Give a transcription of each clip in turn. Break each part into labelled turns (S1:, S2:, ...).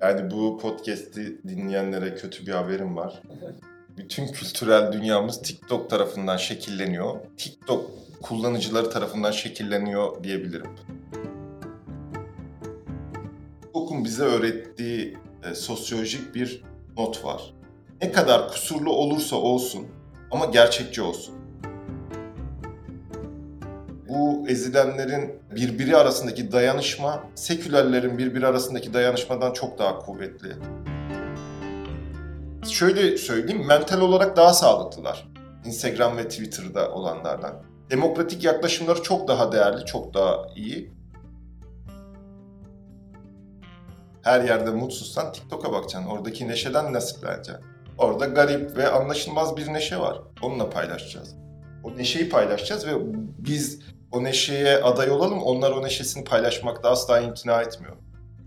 S1: Yani bu podcast'i dinleyenlere kötü bir haberim var. Bütün kültürel dünyamız TikTok tarafından şekilleniyor. TikTok kullanıcıları tarafından şekilleniyor diyebilirim. TikTok'un bize öğrettiği sosyolojik bir not var. Ne kadar kusurlu olursa olsun ama gerçekçi olsun. Bu ezilenlerin birbiri arasındaki dayanışma, sekülerlerin birbiri arasındaki dayanışmadan çok daha kuvvetli. Şöyle söyleyeyim, mental olarak daha sağlıklılar. Instagram ve Twitter'da olanlardan. Demokratik yaklaşımları çok daha değerli, çok daha iyi. Her yerde mutsuzsan TikTok'a bakacaksın. Oradaki neşeden nasipleneceksin. Orada garip ve anlaşılmaz bir neşe var. Onunla paylaşacağız. O neşeyi paylaşacağız ve biz o neşeye aday olalım. Onlar o neşesini paylaşmakta asla imtina etmiyor.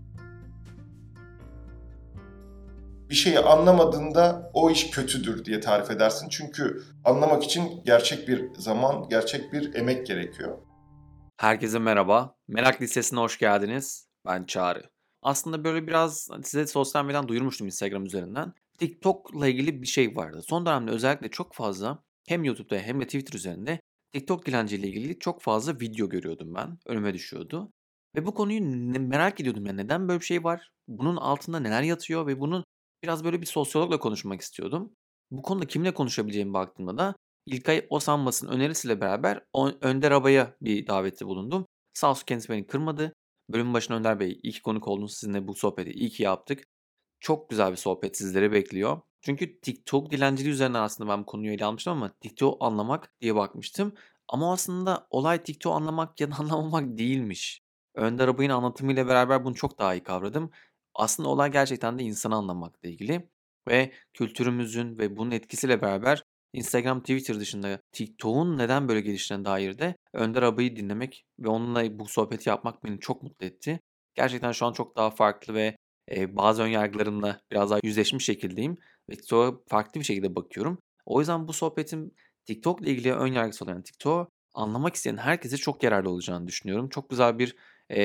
S1: Bir şeyi anlamadığında o iş kötüdür diye tarif edersin. Çünkü anlamak için gerçek bir zaman, gerçek bir emek gerekiyor.
S2: Herkese merhaba. Merak Listesi'ne hoş geldiniz. Ben Çağrı. Aslında böyle biraz size sosyal medyadan duyurmuştum Instagram üzerinden. TikTok'la ilgili bir şey vardı. Son dönemde özellikle çok fazla hem YouTube'da hem de Twitter üzerinde TikTok dilenciyle ilgili çok fazla video görüyordum ben. Önüme düşüyordu. Ve bu konuyu merak ediyordum ya neden böyle bir şey var? Bunun altında neler yatıyor ve bunun biraz böyle bir sosyologla konuşmak istiyordum. Bu konuda kimle konuşabileceğimi baktığımda da İlkay Osanmas'ın önerisiyle beraber Önder Abay'a bir davette bulundum. Sağ olsun kendisi beni kırmadı. Bölümün başına Önder Bey, iyi ki konuk oldunuz. Sizinle bu sohbeti iyi ki yaptık. Çok güzel bir sohbet sizleri bekliyor. Çünkü TikTok dilenciliği üzerine aslında ben bu konuyu ele almıştım ama TikTok'u anlamak diye bakmıştım. Ama aslında olay TikTok'u anlamak ya da anlamamak değilmiş. Önder Abay'ın anlatımıyla beraber bunu çok daha iyi kavradım. Aslında olay gerçekten de insanı anlamakla ilgili. Ve kültürümüzün ve bunun etkisiyle beraber Instagram, Twitter dışında TikTok'un neden böyle geliştiğine dair de Önder Abay'ı dinlemek ve onunla bu sohbeti yapmak beni çok mutlu etti. Gerçekten şu an çok daha farklı ve bazı ön yargılarımla biraz daha yüzleşmiş şekildeyim ve TikTok'a farklı bir şekilde bakıyorum. O yüzden bu sohbetin TikTok'la ilgili ön yargısı olan TikTok'u anlamak isteyen herkese çok yararlı olacağını düşünüyorum. Çok güzel bir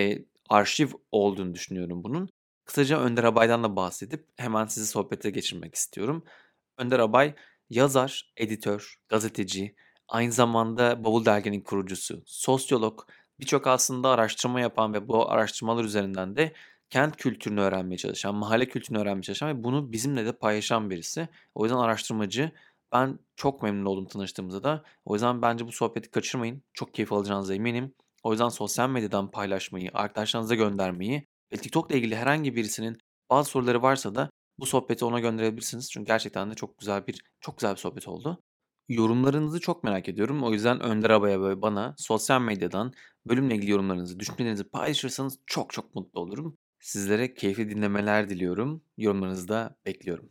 S2: arşiv olduğunu düşünüyorum bunun. Kısaca Önder Abay'dan da bahsedip hemen sizi sohbete geçirmek istiyorum. Önder Abay yazar, editör, gazeteci, aynı zamanda Bavul Dergi'nin kurucusu, sosyolog, birçok aslında araştırma yapan ve bu araştırmalar üzerinden de kent kültürünü öğrenmeye çalışan, mahalle kültürünü öğrenmeye çalışan ve bunu bizimle de paylaşan birisi. O yüzden araştırmacı. Ben çok memnun oldum tanıştığımızda da. O yüzden bence bu sohbeti kaçırmayın. Çok keyif alacağınıza eminim. O yüzden sosyal medyadan paylaşmayı, arkadaşlarınıza göndermeyi ve TikTok'la ilgili herhangi birisinin bazı soruları varsa da bu sohbeti ona gönderebilirsiniz. Çünkü gerçekten de çok güzel bir sohbet oldu. Yorumlarınızı çok merak ediyorum. O yüzden Önder Abay'a ve bana sosyal medyadan bölümle ilgili yorumlarınızı, düşüncelerinizi paylaşırsanız çok çok mutlu olurum. Sizlere keyifli dinlemeler diliyorum. Yorumlarınızı da bekliyorum.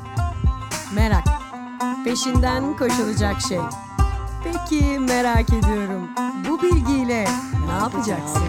S3: Merak. Peşinden koşulacak şey. Peki merak ediyorum. Bu bilgiyle ne yapacaksın?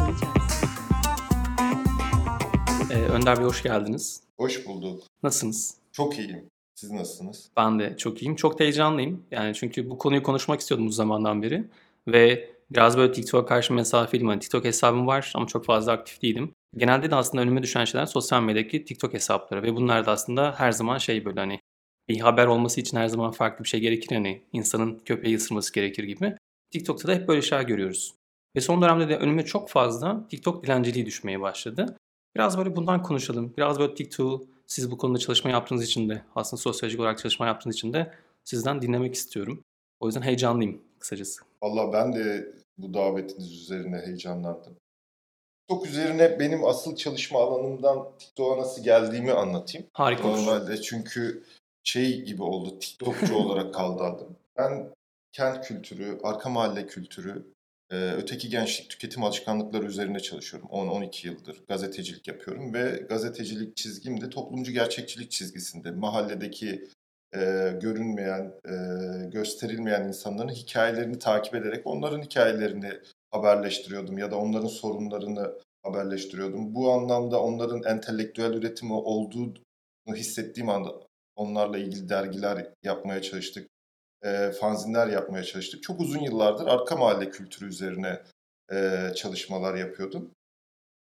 S4: Önder Bey hoş geldiniz.
S1: Hoş bulduk.
S4: Nasılsınız?
S1: Çok iyiyim. Siz nasılsınız?
S4: Ben de çok iyiyim. Çok da heyecanlıyım. Yani çünkü bu konuyu konuşmak istiyordum bu zamandan beri. Ve biraz böyle TikTok'a karşı mesafeliyim. Yani TikTok hesabım var ama çok fazla aktif değilim. Genelde de aslında önüme düşen şeyler sosyal medyadaki TikTok hesapları. Ve bunlar da aslında her zaman böyle hani bir haber olması için her zaman farklı bir şey gerekir. Hani insanın köpeği ısırması gerekir gibi. TikTok'ta da hep böyle şeyler görüyoruz. Ve son dönemde de önüme çok fazla TikTok dilenciliği düşmeye başladı. Biraz böyle bundan konuşalım. Biraz böyle TikTok'u siz bu konuda çalışma yaptığınız için de aslında sosyolojik olarak çalışma yaptığınız için de sizden dinlemek istiyorum. O yüzden heyecanlıyım kısacası.
S1: Vallahi ben de bu davetiniz üzerine heyecanlandım. TikTok üzerine benim asıl çalışma alanımdan TikTok'a nasıl geldiğimi anlatayım.
S4: Harika olur.
S1: Normalde çünkü şey gibi oldu, TikTokçu olarak kaldı adım. Ben kent kültürü, arka mahalle kültürü, öteki gençlik tüketim alışkanlıkları üzerine çalışıyorum. 10-12 yıldır gazetecilik yapıyorum ve gazetecilik çizgim de toplumcu gerçekçilik çizgisinde. Mahalledeki görünmeyen, gösterilmeyen insanların hikayelerini takip ederek onların hikayelerini haberleştiriyordum ya da onların sorunlarını haberleştiriyordum. Bu anlamda onların entelektüel üretimi olduğunu hissettiğim anda onlarla ilgili dergiler yapmaya çalıştık, fanzinler yapmaya çalıştık. Çok uzun yıllardır arka mahalle kültürü üzerine çalışmalar yapıyordum.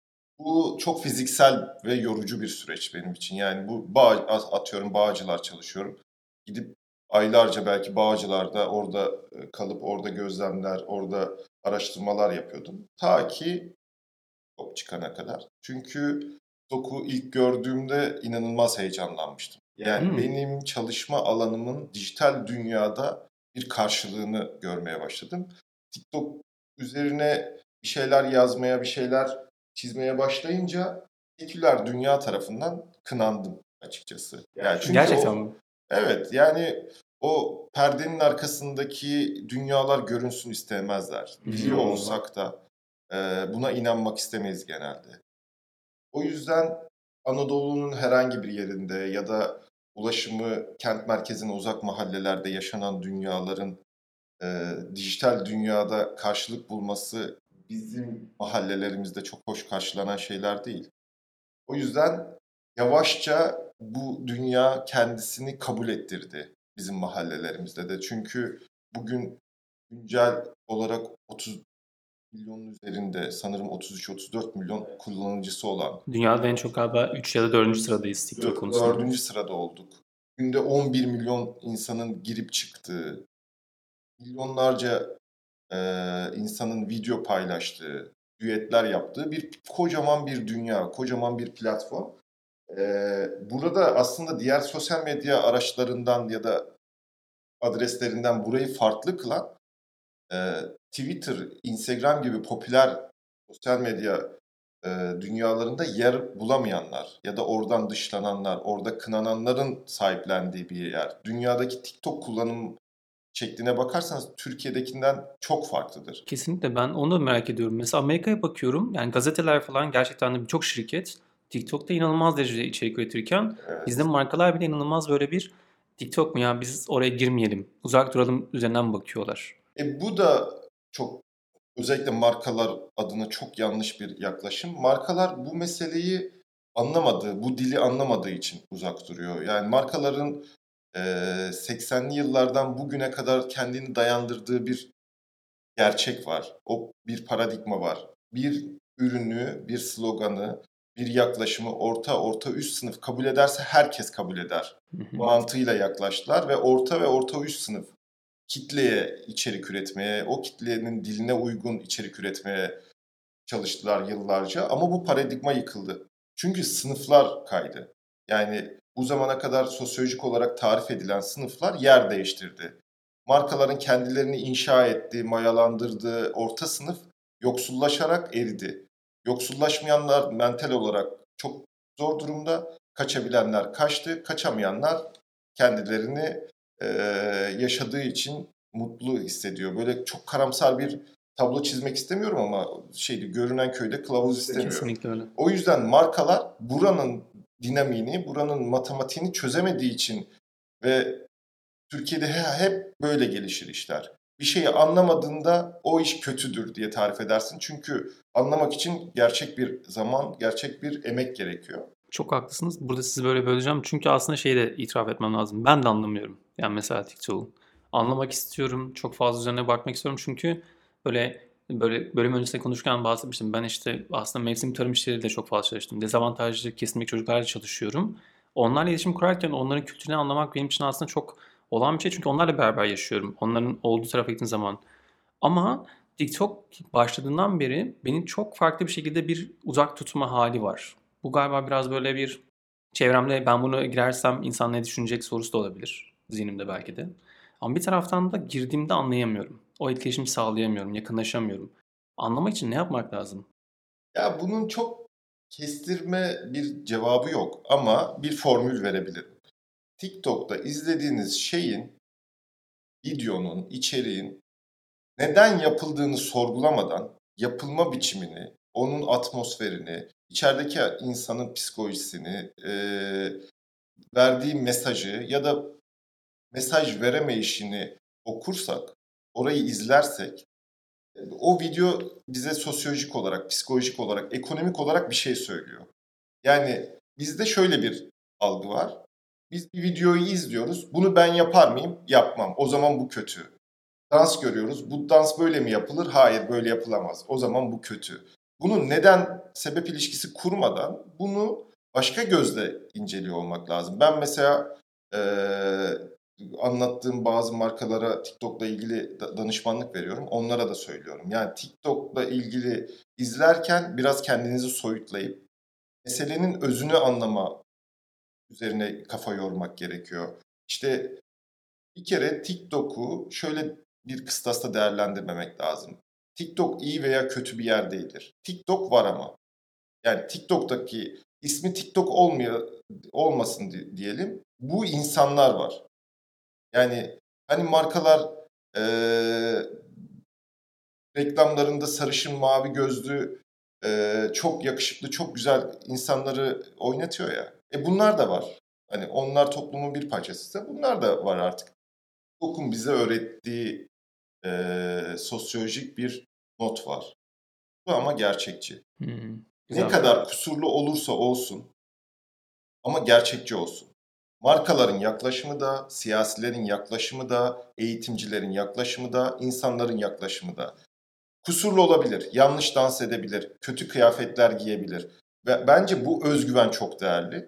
S1: Bu çok fiziksel ve yorucu bir süreç benim için. Yani atıyorum Bağcılar çalışıyorum. Gidip aylarca belki Bağcılar'da orada kalıp orada gözlemler, orada araştırmalar yapıyordum. Ta ki top çıkana kadar. Çünkü TikTok'u ilk gördüğümde inanılmaz heyecanlanmıştım. Yani benim çalışma alanımın dijital dünyada bir karşılığını görmeye başladım. TikTok üzerine bir şeyler yazmaya, bir şeyler çizmeye başlayınca seküler dünya tarafından kınandım açıkçası. Yani çünkü
S4: Gerçekten mi?
S1: evet, yani o perdenin arkasındaki dünyalar görünsün istemezler. Biliyor olsak da buna inanmak istemeyiz genelde. O yüzden Anadolu'nun herhangi bir yerinde ya da ulaşımı kent merkezine uzak mahallelerde yaşanan dünyaların dijital dünyada karşılık bulması bizim mahallelerimizde çok hoş karşılanan şeyler değil. O yüzden yavaşça bu dünya kendisini kabul ettirdi bizim mahallelerimizde de. Çünkü bugün güncel olarak 30 milyonun üzerinde, sanırım 33-34 milyon kullanıcısı olan,
S4: Dünyada en çok galiba 3 ya da 4. sıradayız TikTok konusunda.
S1: 4. sırada olduk. Günde 11 milyon insanın girip çıktığı, milyonlarca insanın video paylaştığı, düetler yaptığı kocaman bir dünya, kocaman bir platform. Burada aslında diğer sosyal medya araçlarından ya da adreslerinden burayı farklı kılan Twitter, Instagram gibi popüler sosyal medya dünyalarında yer bulamayanlar ya da oradan dışlananlar, orada kınananların sahiplendiği bir yer. Dünyadaki TikTok kullanım şekline bakarsanız Türkiye'dekinden çok farklıdır.
S4: Kesinlikle ben onu da merak ediyorum. Mesela Amerika'ya bakıyorum. Yani gazeteler falan gerçekten de birçok şirket TikTok'ta inanılmaz derecede içerik üretirken
S1: Evet.
S4: bizde markalar bile inanılmaz böyle bir TikTok mu ya biz oraya girmeyelim, uzak duralım üzerinden bakıyorlar.
S1: Bu da çok, özellikle markalar adına çok yanlış bir yaklaşım. Markalar bu meseleyi anlamadığı, bu dili anlamadığı için uzak duruyor. Yani markaların 80'li yıllardan bugüne kadar kendini dayandırdığı bir gerçek var. O bir paradigma var. Bir ürünü, bir sloganı, bir yaklaşımı orta üst sınıf kabul ederse herkes kabul eder mantığıyla yaklaştılar ve orta üst sınıf kitleye içerik üretmeye, o kitlenin diline uygun içerik üretmeye çalıştılar yıllarca ama bu paradigma yıkıldı. Çünkü sınıflar kaydı. Yani bu zamana kadar sosyolojik olarak tarif edilen sınıflar yer değiştirdi. Markaların kendilerini inşa ettiği, mayalandırdığı orta sınıf yoksullaşarak eridi. Yoksullaşmayanlar mental olarak çok zor durumda. Kaçabilenler kaçtı, kaçamayanlar kendilerini yaşadığı için mutlu hissediyor. Böyle çok karamsar bir tablo çizmek istemiyorum ama görünen köyde kılavuz istemiyor.
S4: Kesinlikle öyle.
S1: O yüzden markalar buranın dinamiğini, buranın matematiğini çözemediği için ve Türkiye'de hep böyle gelişir işler. Bir şeyi anlamadığında o iş kötüdür diye tarif edersin. Çünkü anlamak için gerçek bir zaman, gerçek bir emek gerekiyor.
S4: Çok haklısınız. Burada sizi böyle böleceğim. Çünkü aslında şeyi de itiraf etmem lazım. Ben de anlamıyorum. Yani mesela TikTok'u. Anlamak istiyorum. Çok fazla üzerine bakmak istiyorum. Çünkü böyle bölüm öncesinde konuşurken bahsetmiştim. Ben işte aslında mevsim tarım işleriyle de çok fazla çalıştım. Dezavantajlı kesimdeki çocuklarla çalışıyorum. Onlarla iletişim kurarken onların kültürünü anlamak benim için aslında çok olan bir şey. Çünkü onlarla beraber yaşıyorum. Onların olduğu tarafa gittiğim zaman. Ama TikTok başladığından beri beni çok farklı bir şekilde bir uzak tutma hali var. Bu galiba biraz böyle bir çevremde ben bunu girersem insan ne düşünecek sorusu da olabilir. Zihnimde belki de. Ama bir taraftan da girdiğimde anlayamıyorum. O etkileşimi sağlayamıyorum, yakınlaşamıyorum. Anlamak için ne yapmak lazım?
S1: Ya bunun çok kestirme bir cevabı yok ama bir formül verebilirim. TikTok'ta izlediğiniz videonun, içeriğin neden yapıldığını sorgulamadan yapılma biçimini, onun atmosferini, içerideki insanın psikolojisini, verdiği mesajı ya da mesaj veremeyişini okursak, orayı izlersek, o video bize sosyolojik olarak, psikolojik olarak, ekonomik olarak bir şey söylüyor. Yani bizde şöyle bir algı var. Biz bir videoyu izliyoruz. Bunu ben yapar mıyım? Yapmam. O zaman bu kötü. Dans görüyoruz. Bu dans böyle mi yapılır? Hayır, böyle yapılamaz. O zaman bu kötü. Bunu neden sebep ilişkisi kurmadan bunu başka gözle inceliyor olmak lazım. Ben mesela anlattığım bazı markalara TikTok'la ilgili danışmanlık veriyorum. Onlara da söylüyorum. Yani TikTok'la ilgili izlerken biraz kendinizi soyutlayıp meselenin özünü anlama üzerine kafa yormak gerekiyor. İşte bir kere TikTok'u şöyle bir kıstasla değerlendirmemek lazım. TikTok iyi veya kötü bir yer değildir. TikTok var ama. Yani TikTok'taki ismi TikTok olmasın diyelim. Bu insanlar var. Yani hani markalar reklamlarında sarışın mavi gözlü çok yakışıklı çok güzel insanları oynatıyor ya. Bunlar da var. Hani onlar toplumun bir parçasıysa bunlar da var artık. TikTok'un bize öğrettiği sosyolojik bir not var. Bu ama gerçekçi. Ne
S4: Güzel.
S1: kadar kusurlu olursa olsun ama gerçekçi olsun. Markaların yaklaşımı da, siyasilerin yaklaşımı da, eğitimcilerin yaklaşımı da, insanların yaklaşımı da. Kusurlu olabilir, yanlış dans edebilir, kötü kıyafetler giyebilir. Ve bence bu özgüven çok değerli.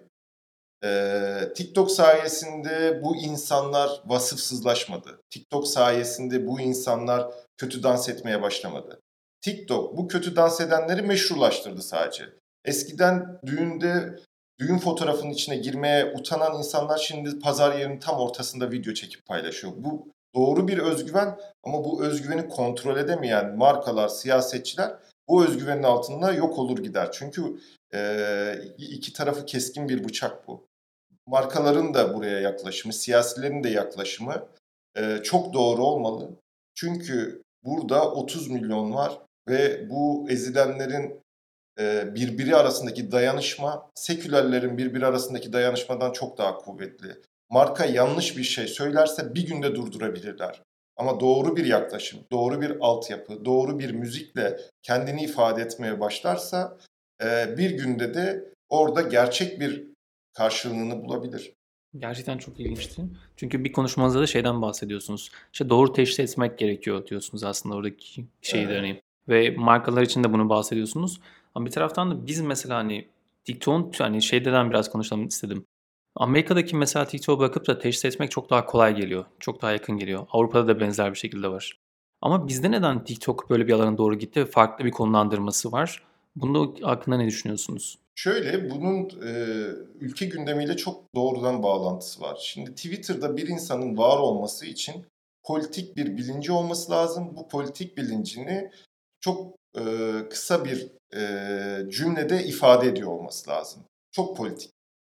S1: TikTok sayesinde bu insanlar vasıfsızlaşmadı. TikTok sayesinde bu insanlar kötü dans etmeye başlamadı. TikTok bu kötü dans edenleri meşrulaştırdı sadece. Eskiden düğün fotoğrafının içine girmeye utanan insanlar şimdi pazar yerinin tam ortasında video çekip paylaşıyor. Bu doğru bir özgüven ama bu özgüveni kontrol edemeyen markalar, siyasetçiler bu özgüvenin altında yok olur gider. Çünkü iki tarafı keskin bir bıçak bu. Markaların da buraya yaklaşımı, siyasilerin de yaklaşımı çok doğru olmalı. Çünkü burada 30 milyon var ve bu ezilenlerin birbiri arasındaki dayanışma, sekülerlerin birbiri arasındaki dayanışmadan çok daha kuvvetli. Marka yanlış bir şey söylerse bir günde durdurabilirler. Ama doğru bir yaklaşım, doğru bir altyapı, doğru bir müzikle kendini ifade etmeye başlarsa bir günde de orada gerçek bir karşılığını bulabilir.
S4: Gerçekten çok ilginçti. Çünkü bir konuşmanızda da şeyden bahsediyorsunuz. İşte doğru teşhis etmek gerekiyor diyorsunuz aslında oradaki şeyi de hani. Ve markalar için de bunu bahsediyorsunuz. Ama bir taraftan da biz mesela hani TikTok'un hani şeyden biraz konuşalım istedim. Amerika'daki mesela TikTok'a bakıp da teşhis etmek çok daha kolay geliyor. Çok daha yakın geliyor. Avrupa'da da benzer bir şekilde var. Ama bizde neden TikTok böyle bir alana doğru gitti ve farklı bir konumlandırması var? Bunda hakkında ne düşünüyorsunuz?
S1: Şöyle, bunun ülke gündemiyle çok doğrudan bağlantısı var. Şimdi Twitter'da bir insanın var olması için politik bir bilinci olması lazım. Bu politik bilincini çok kısa bir cümlede ifade ediyor olması lazım. Çok politik.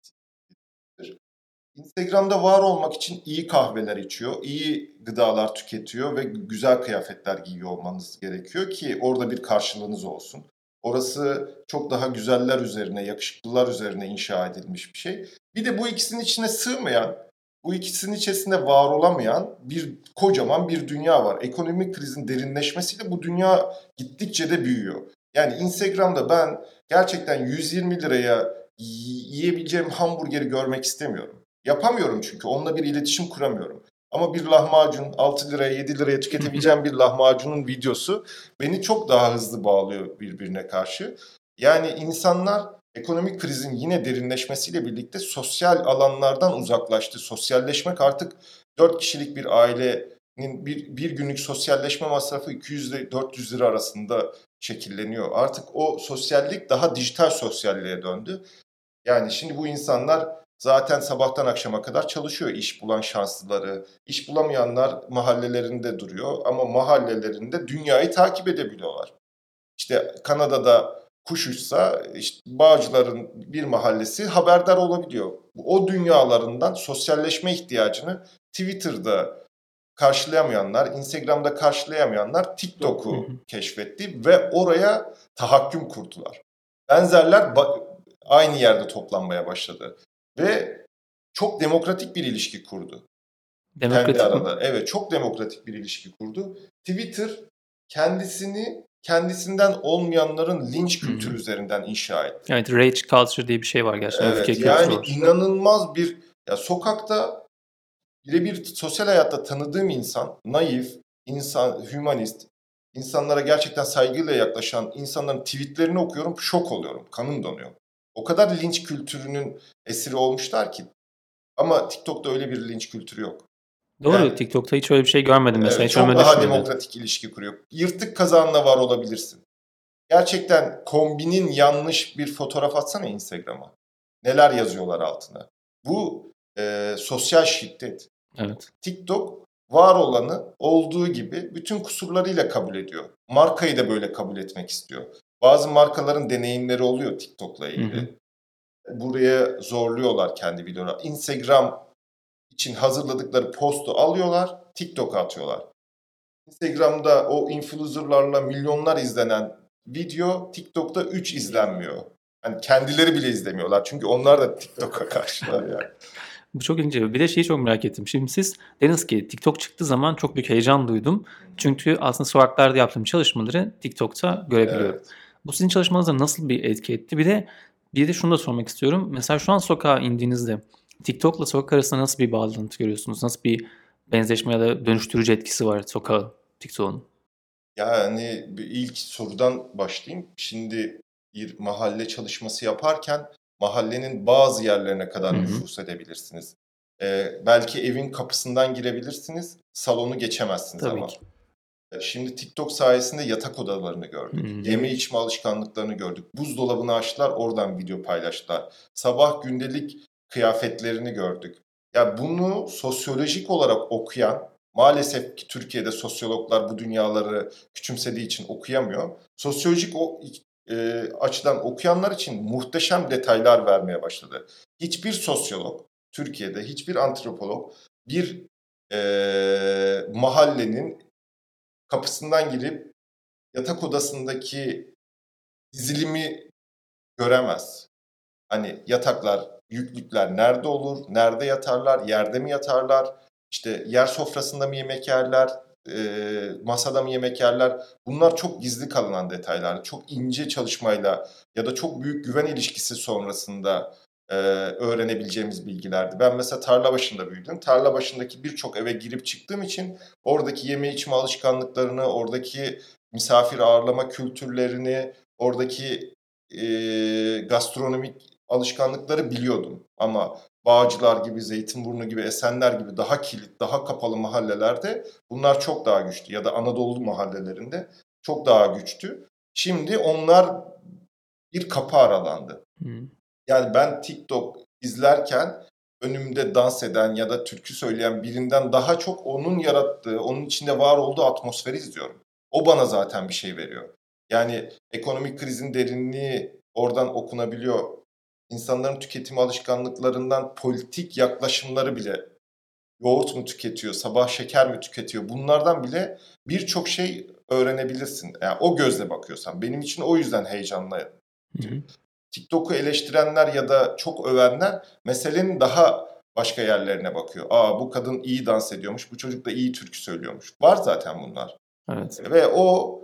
S1: Instagram'da var olmak için iyi kahveler içiyor, iyi gıdalar tüketiyor ve güzel kıyafetler giyiyor olmanız gerekiyor ki orada bir karşılığınız olsun. Orası çok daha güzeller üzerine, yakışıklılar üzerine inşa edilmiş bir şey. Bir de bu ikisinin içine sığmayan, bu ikisinin içerisinde var olamayan kocaman bir dünya var. Ekonomik krizin derinleşmesiyle bu dünya gittikçe de büyüyor. Yani Instagram'da ben gerçekten 120 liraya yiyebileceğim hamburgeri görmek istemiyorum. Yapamıyorum çünkü onunla bir iletişim kuramıyorum. Ama bir lahmacun 6 liraya 7 liraya tüketebileceğim bir lahmacunun videosu beni çok daha hızlı bağlıyor birbirine karşı. Yani insanlar ekonomik krizin yine derinleşmesiyle birlikte sosyal alanlardan uzaklaştı. Sosyalleşmek artık 4 kişilik bir ailenin bir günlük sosyalleşme masrafı 200 ile 400 lira arasında şekilleniyor. Artık o sosyallik daha dijital sosyalliğe döndü. Yani şimdi bu insanlar zaten sabahtan akşama kadar çalışıyor iş bulan şanslıları. İş bulamayanlar mahallelerinde duruyor ama mahallelerinde dünyayı takip edebiliyorlar. İşte Kanada'da kuş uçsa işte Bağcılar'ın bir mahallesi haberdar olabiliyor. O dünyalarından sosyalleşme ihtiyacını Twitter'da karşılayamayanlar, Instagram'da karşılayamayanlar TikTok'u keşfetti ve oraya tahakküm kurdular. Benzerler aynı yerde toplanmaya başladı. Ve çok demokratik bir ilişki kurdu.
S4: Demokratik
S1: Kendi
S4: mi?
S1: arada. Evet, çok demokratik bir ilişki kurdu. Twitter kendisinden olmayanların linç kültürü üzerinden inşa etti.
S4: Evet, rage culture diye bir şey var gerçekten.
S1: Evet,
S4: Öfke
S1: yani
S4: kültürü var.
S1: inanılmaz bir sokakta birebir sosyal hayatta tanıdığım insan, naif, insan, hümanist, insanlara gerçekten saygıyla yaklaşan insanların tweetlerini okuyorum, şok oluyorum, kanım donuyor. O kadar linç kültürünün esiri olmuşlar ki. Ama TikTok'ta öyle bir linç kültürü yok.
S4: Doğru,
S1: Yani
S4: TikTok'ta hiç öyle bir şey görmedim mesela.
S1: evet,
S4: Hiç
S1: çok
S4: önüme
S1: daha
S4: düşmedi.
S1: demokratik ilişki kuruyor. Yırtık kazağınla var olabilirsin. Gerçekten kombinin yanlış bir fotoğraf atsana Instagram'a. Neler yazıyorlar altına. Bu sosyal şiddet.
S4: Evet.
S1: TikTok var olanı olduğu gibi bütün kusurlarıyla kabul ediyor. Markayı da böyle kabul etmek istiyor. Bazı markaların deneyimleri oluyor TikTok'la ilgili. Buraya zorluyorlar kendi videoları. Instagram için hazırladıkları postu alıyorlar, TikTok'a atıyorlar. Instagram'da o influencerlarla milyonlar izlenen video TikTok'ta 3 izlenmiyor. Hani kendileri bile izlemiyorlar. Çünkü onlar da TikTok'a karşılar yani.
S4: Bu çok ilginç. Bir de şeyi çok merak ettim. Şimdi siz dediniz ki TikTok çıktığı zaman çok büyük heyecan duydum. Çünkü aslında sokaklarda yaptığım çalışmaları TikTok'ta görebiliyorum.
S1: Evet.
S4: Bu sizin çalışmanızda nasıl bir etki etti? Bir de şunu da sormak istiyorum. Mesela şu an sokağa indiğinizde TikTok'la sokak arasında nasıl bir bağlantı görüyorsunuz? Nasıl bir benzeşme ya da dönüştürücü etkisi var sokağa TikTok'un?
S1: Yani bir ilk sorudan başlayayım. Şimdi bir mahalle çalışması yaparken mahallenin bazı yerlerine kadar
S4: Hı hı.
S1: nüfuz edebilirsiniz. Belki evin kapısından girebilirsiniz, salonu geçemezsiniz
S4: Tabii
S1: ama.
S4: ki.
S1: Şimdi TikTok sayesinde yatak odalarını gördük. Yeme içme alışkanlıklarını gördük. Buzdolabını açtılar, oradan video paylaştılar. Sabah gündelik kıyafetlerini gördük. Ya bunu sosyolojik olarak okuyan, maalesef ki Türkiye'de sosyologlar bu dünyaları küçümsediği için okuyamıyor. Sosyolojik açıdan okuyanlar için muhteşem detaylar vermeye başladı. Hiçbir sosyolog, Türkiye'de hiçbir antropolog bir mahallenin kapısından girip yatak odasındaki dizilimi göremez. Hani yataklar, yüklükler nerede olur, nerede yatarlar, yerde mi yatarlar, işte yer sofrasında mı yemek yerler, masada mı yemek yerler. Bunlar çok gizli kalınan detaylar. Çok ince çalışmayla ya da çok büyük güven ilişkisi sonrasında öğrenebileceğimiz bilgilerdi. Ben mesela tarla başında büyüdüm. Tarla başındaki birçok eve girip çıktığım için oradaki yeme içme alışkanlıklarını, oradaki misafir ağırlama kültürlerini, oradaki gastronomik alışkanlıkları biliyordum. Ama Bağcılar gibi, Zeytinburnu gibi, Esenler gibi daha kilit, daha kapalı mahallelerde bunlar çok daha güçlü. Ya da Anadolu mahallelerinde çok daha güçlü. Şimdi onlar bir kapı aralandı. Yani ben TikTok izlerken önümde dans eden ya da türkü söyleyen birinden daha çok onun yarattığı, onun içinde var olduğu atmosferi izliyorum. O bana zaten bir şey veriyor. Yani ekonomik krizin derinliği oradan okunabiliyor. İnsanların tüketim alışkanlıklarından politik yaklaşımları bile, yoğurt mu tüketiyor, sabah şeker mi tüketiyor, bunlardan bile birçok şey öğrenebilirsin. Yani o gözle bakıyorsan. Benim için o yüzden heyecanlı. TikTok'u eleştirenler ya da çok övenler meselenin daha başka yerlerine bakıyor. Bu kadın iyi dans ediyormuş, bu çocuk da iyi türkü söylüyormuş. Var zaten bunlar.
S4: Evet.
S1: Ve o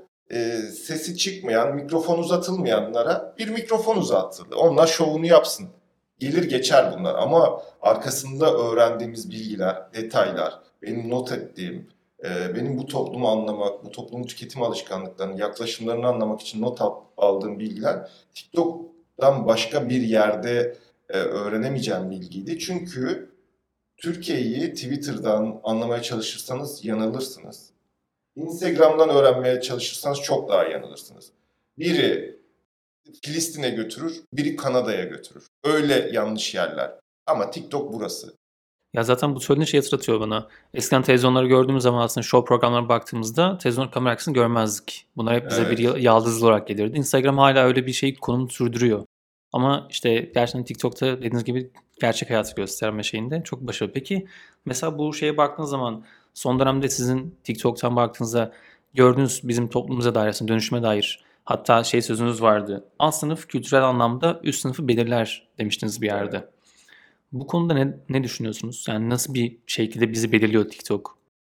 S1: sesi çıkmayan, mikrofon uzatılmayanlara bir mikrofon uzatıldı. Onlar şovunu yapsın. Gelir geçer bunlar ama arkasında öğrendiğimiz bilgiler, detaylar, benim not ettiğim, benim bu toplumu anlamak, bu toplumun tüketim alışkanlıklarını, yaklaşımlarını anlamak için aldığım bilgiler TikTok'tan başka bir yerde öğrenemeyeceğim bilgiydi. Çünkü Türkiye'yi Twitter'dan anlamaya çalışırsanız yanılırsınız. Instagram'dan öğrenmeye çalışırsanız çok daha yanılırsınız. Biri Filistin'e götürür, biri Kanada'ya götürür. Öyle yanlış yerler. Ama TikTok burası.
S4: Ya zaten bu söylediğin şey hatırlatıyor bana. Eskiden televizyonları gördüğümüz zaman aslında show programlarına baktığımızda televizyon kamera arkasını görmezdik. Bunlar hep bize bir yaldız olarak gelirdi. Instagram hala öyle bir şey konum sürdürüyor. Ama işte gerçekten TikTok'ta dediğiniz gibi gerçek hayatı gösterme şeyinde çok başarılı. Peki mesela bu şeye baktığınız zaman son dönemde sizin TikTok'tan baktığınızda gördüğünüz bizim toplumumuza dair, aslında dönüşüme dair hatta şey sözünüz vardı. Alt sınıf kültürel anlamda üst sınıfı belirler demiştiniz bir yerde.
S1: Evet.
S4: Bu konuda ne düşünüyorsunuz? Yani nasıl bir şekilde bizi belirliyor TikTok?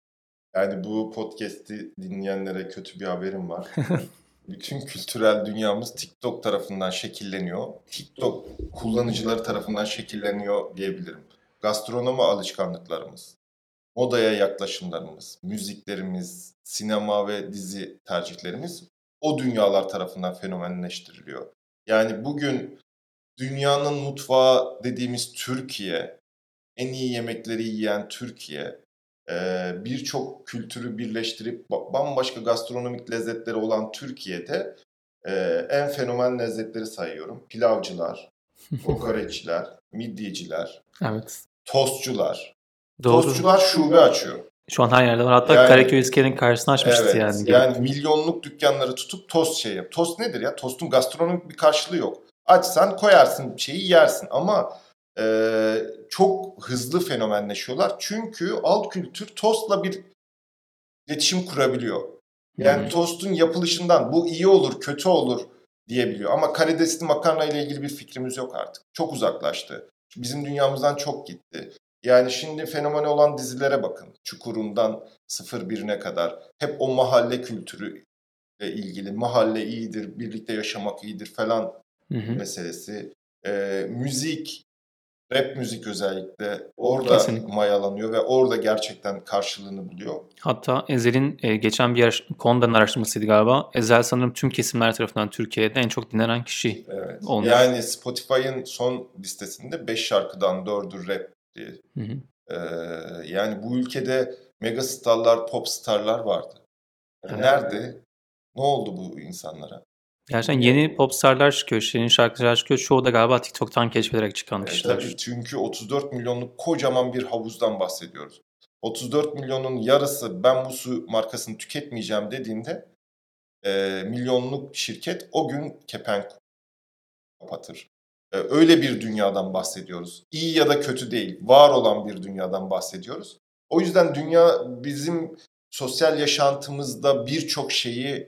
S1: Yani bu podcast'i dinleyenlere kötü bir haberim var. Bütün kültürel dünyamız TikTok tarafından şekilleniyor. TikTok kullanıcıları tarafından şekilleniyor diyebilirim. Gastronomi alışkanlıklarımız, modaya yaklaşımlarımız, müziklerimiz, sinema ve dizi tercihlerimiz o dünyalar tarafından fenomenleştiriliyor. Yani bugün dünyanın mutfağı dediğimiz Türkiye, en iyi yemekleri yiyen Türkiye, birçok kültürü birleştirip bambaşka gastronomik lezzetleri olan Türkiye'de en fenomen lezzetleri sayıyorum. Pilavcılar, kokoreççiler, midyeciler,
S4: Evet.
S1: tostçular.
S4: Doğru.
S1: Tostçular şube açıyor.
S4: Şu an her yerde var. Hatta
S1: Yani-
S4: Karaköy İskele'nin karşısına açmıştı
S1: Evet,
S4: yani.
S1: yani milyonluk dükkanları tutup tost şey yap. Tost nedir ya? Tostun gastronomik bir karşılığı yok. Açsan koyarsın şeyi yersin ama çok hızlı fenomenleşiyorlar. Çünkü alt kültür tostla bir iletişim kurabiliyor. Yani tostun yapılışından bu iyi olur, kötü olur diyebiliyor. Ama karidesli makarna ile ilgili bir fikrimiz yok artık. Çok uzaklaştı. Bizim dünyamızdan çok gitti. Yani şimdi fenomeni olan dizilere bakın. Çukur'undan 01'ine kadar. Hep o mahalle kültürü ile ilgili. Mahalle iyidir, birlikte yaşamak iyidir falan
S4: Hı hı.
S1: meselesi. Müzik, rap müzik özellikle orada
S4: Kesinlikle.
S1: mayalanıyor ve orada gerçekten karşılığını buluyor.
S4: Hatta Ezhel'in geçen bir Konda'nın araştırmasıydı galiba. Ezhel sanırım tüm kesimler tarafından Türkiye'de en çok dinlenen kişi.
S1: Evet.
S4: Olmuş.
S1: Yani Spotify'ın son listesinde 5 şarkıdan 4'ü rap diye.
S4: Hı hı.
S1: Yani bu ülkede megastarlar, popstarlar vardı.
S4: Evet.
S1: Nerede? Ne oldu bu insanlara?
S4: Gerçekten yeni popstarlar çıkıyor, yeni şarkıcılar çıkıyor. Çoğu da galiba TikTok'tan keşfederek çıkan kişiler.
S1: Tabii çünkü 34 milyonluk kocaman bir havuzdan bahsediyoruz. 34 milyonun yarısı ben bu su markasını tüketmeyeceğim dediğinde milyonluk şirket o gün kepenk kapatır. Öyle bir dünyadan bahsediyoruz. İyi ya da kötü değil, var olan bir dünyadan bahsediyoruz. O yüzden dünya bizim sosyal yaşantımızda birçok şeyi,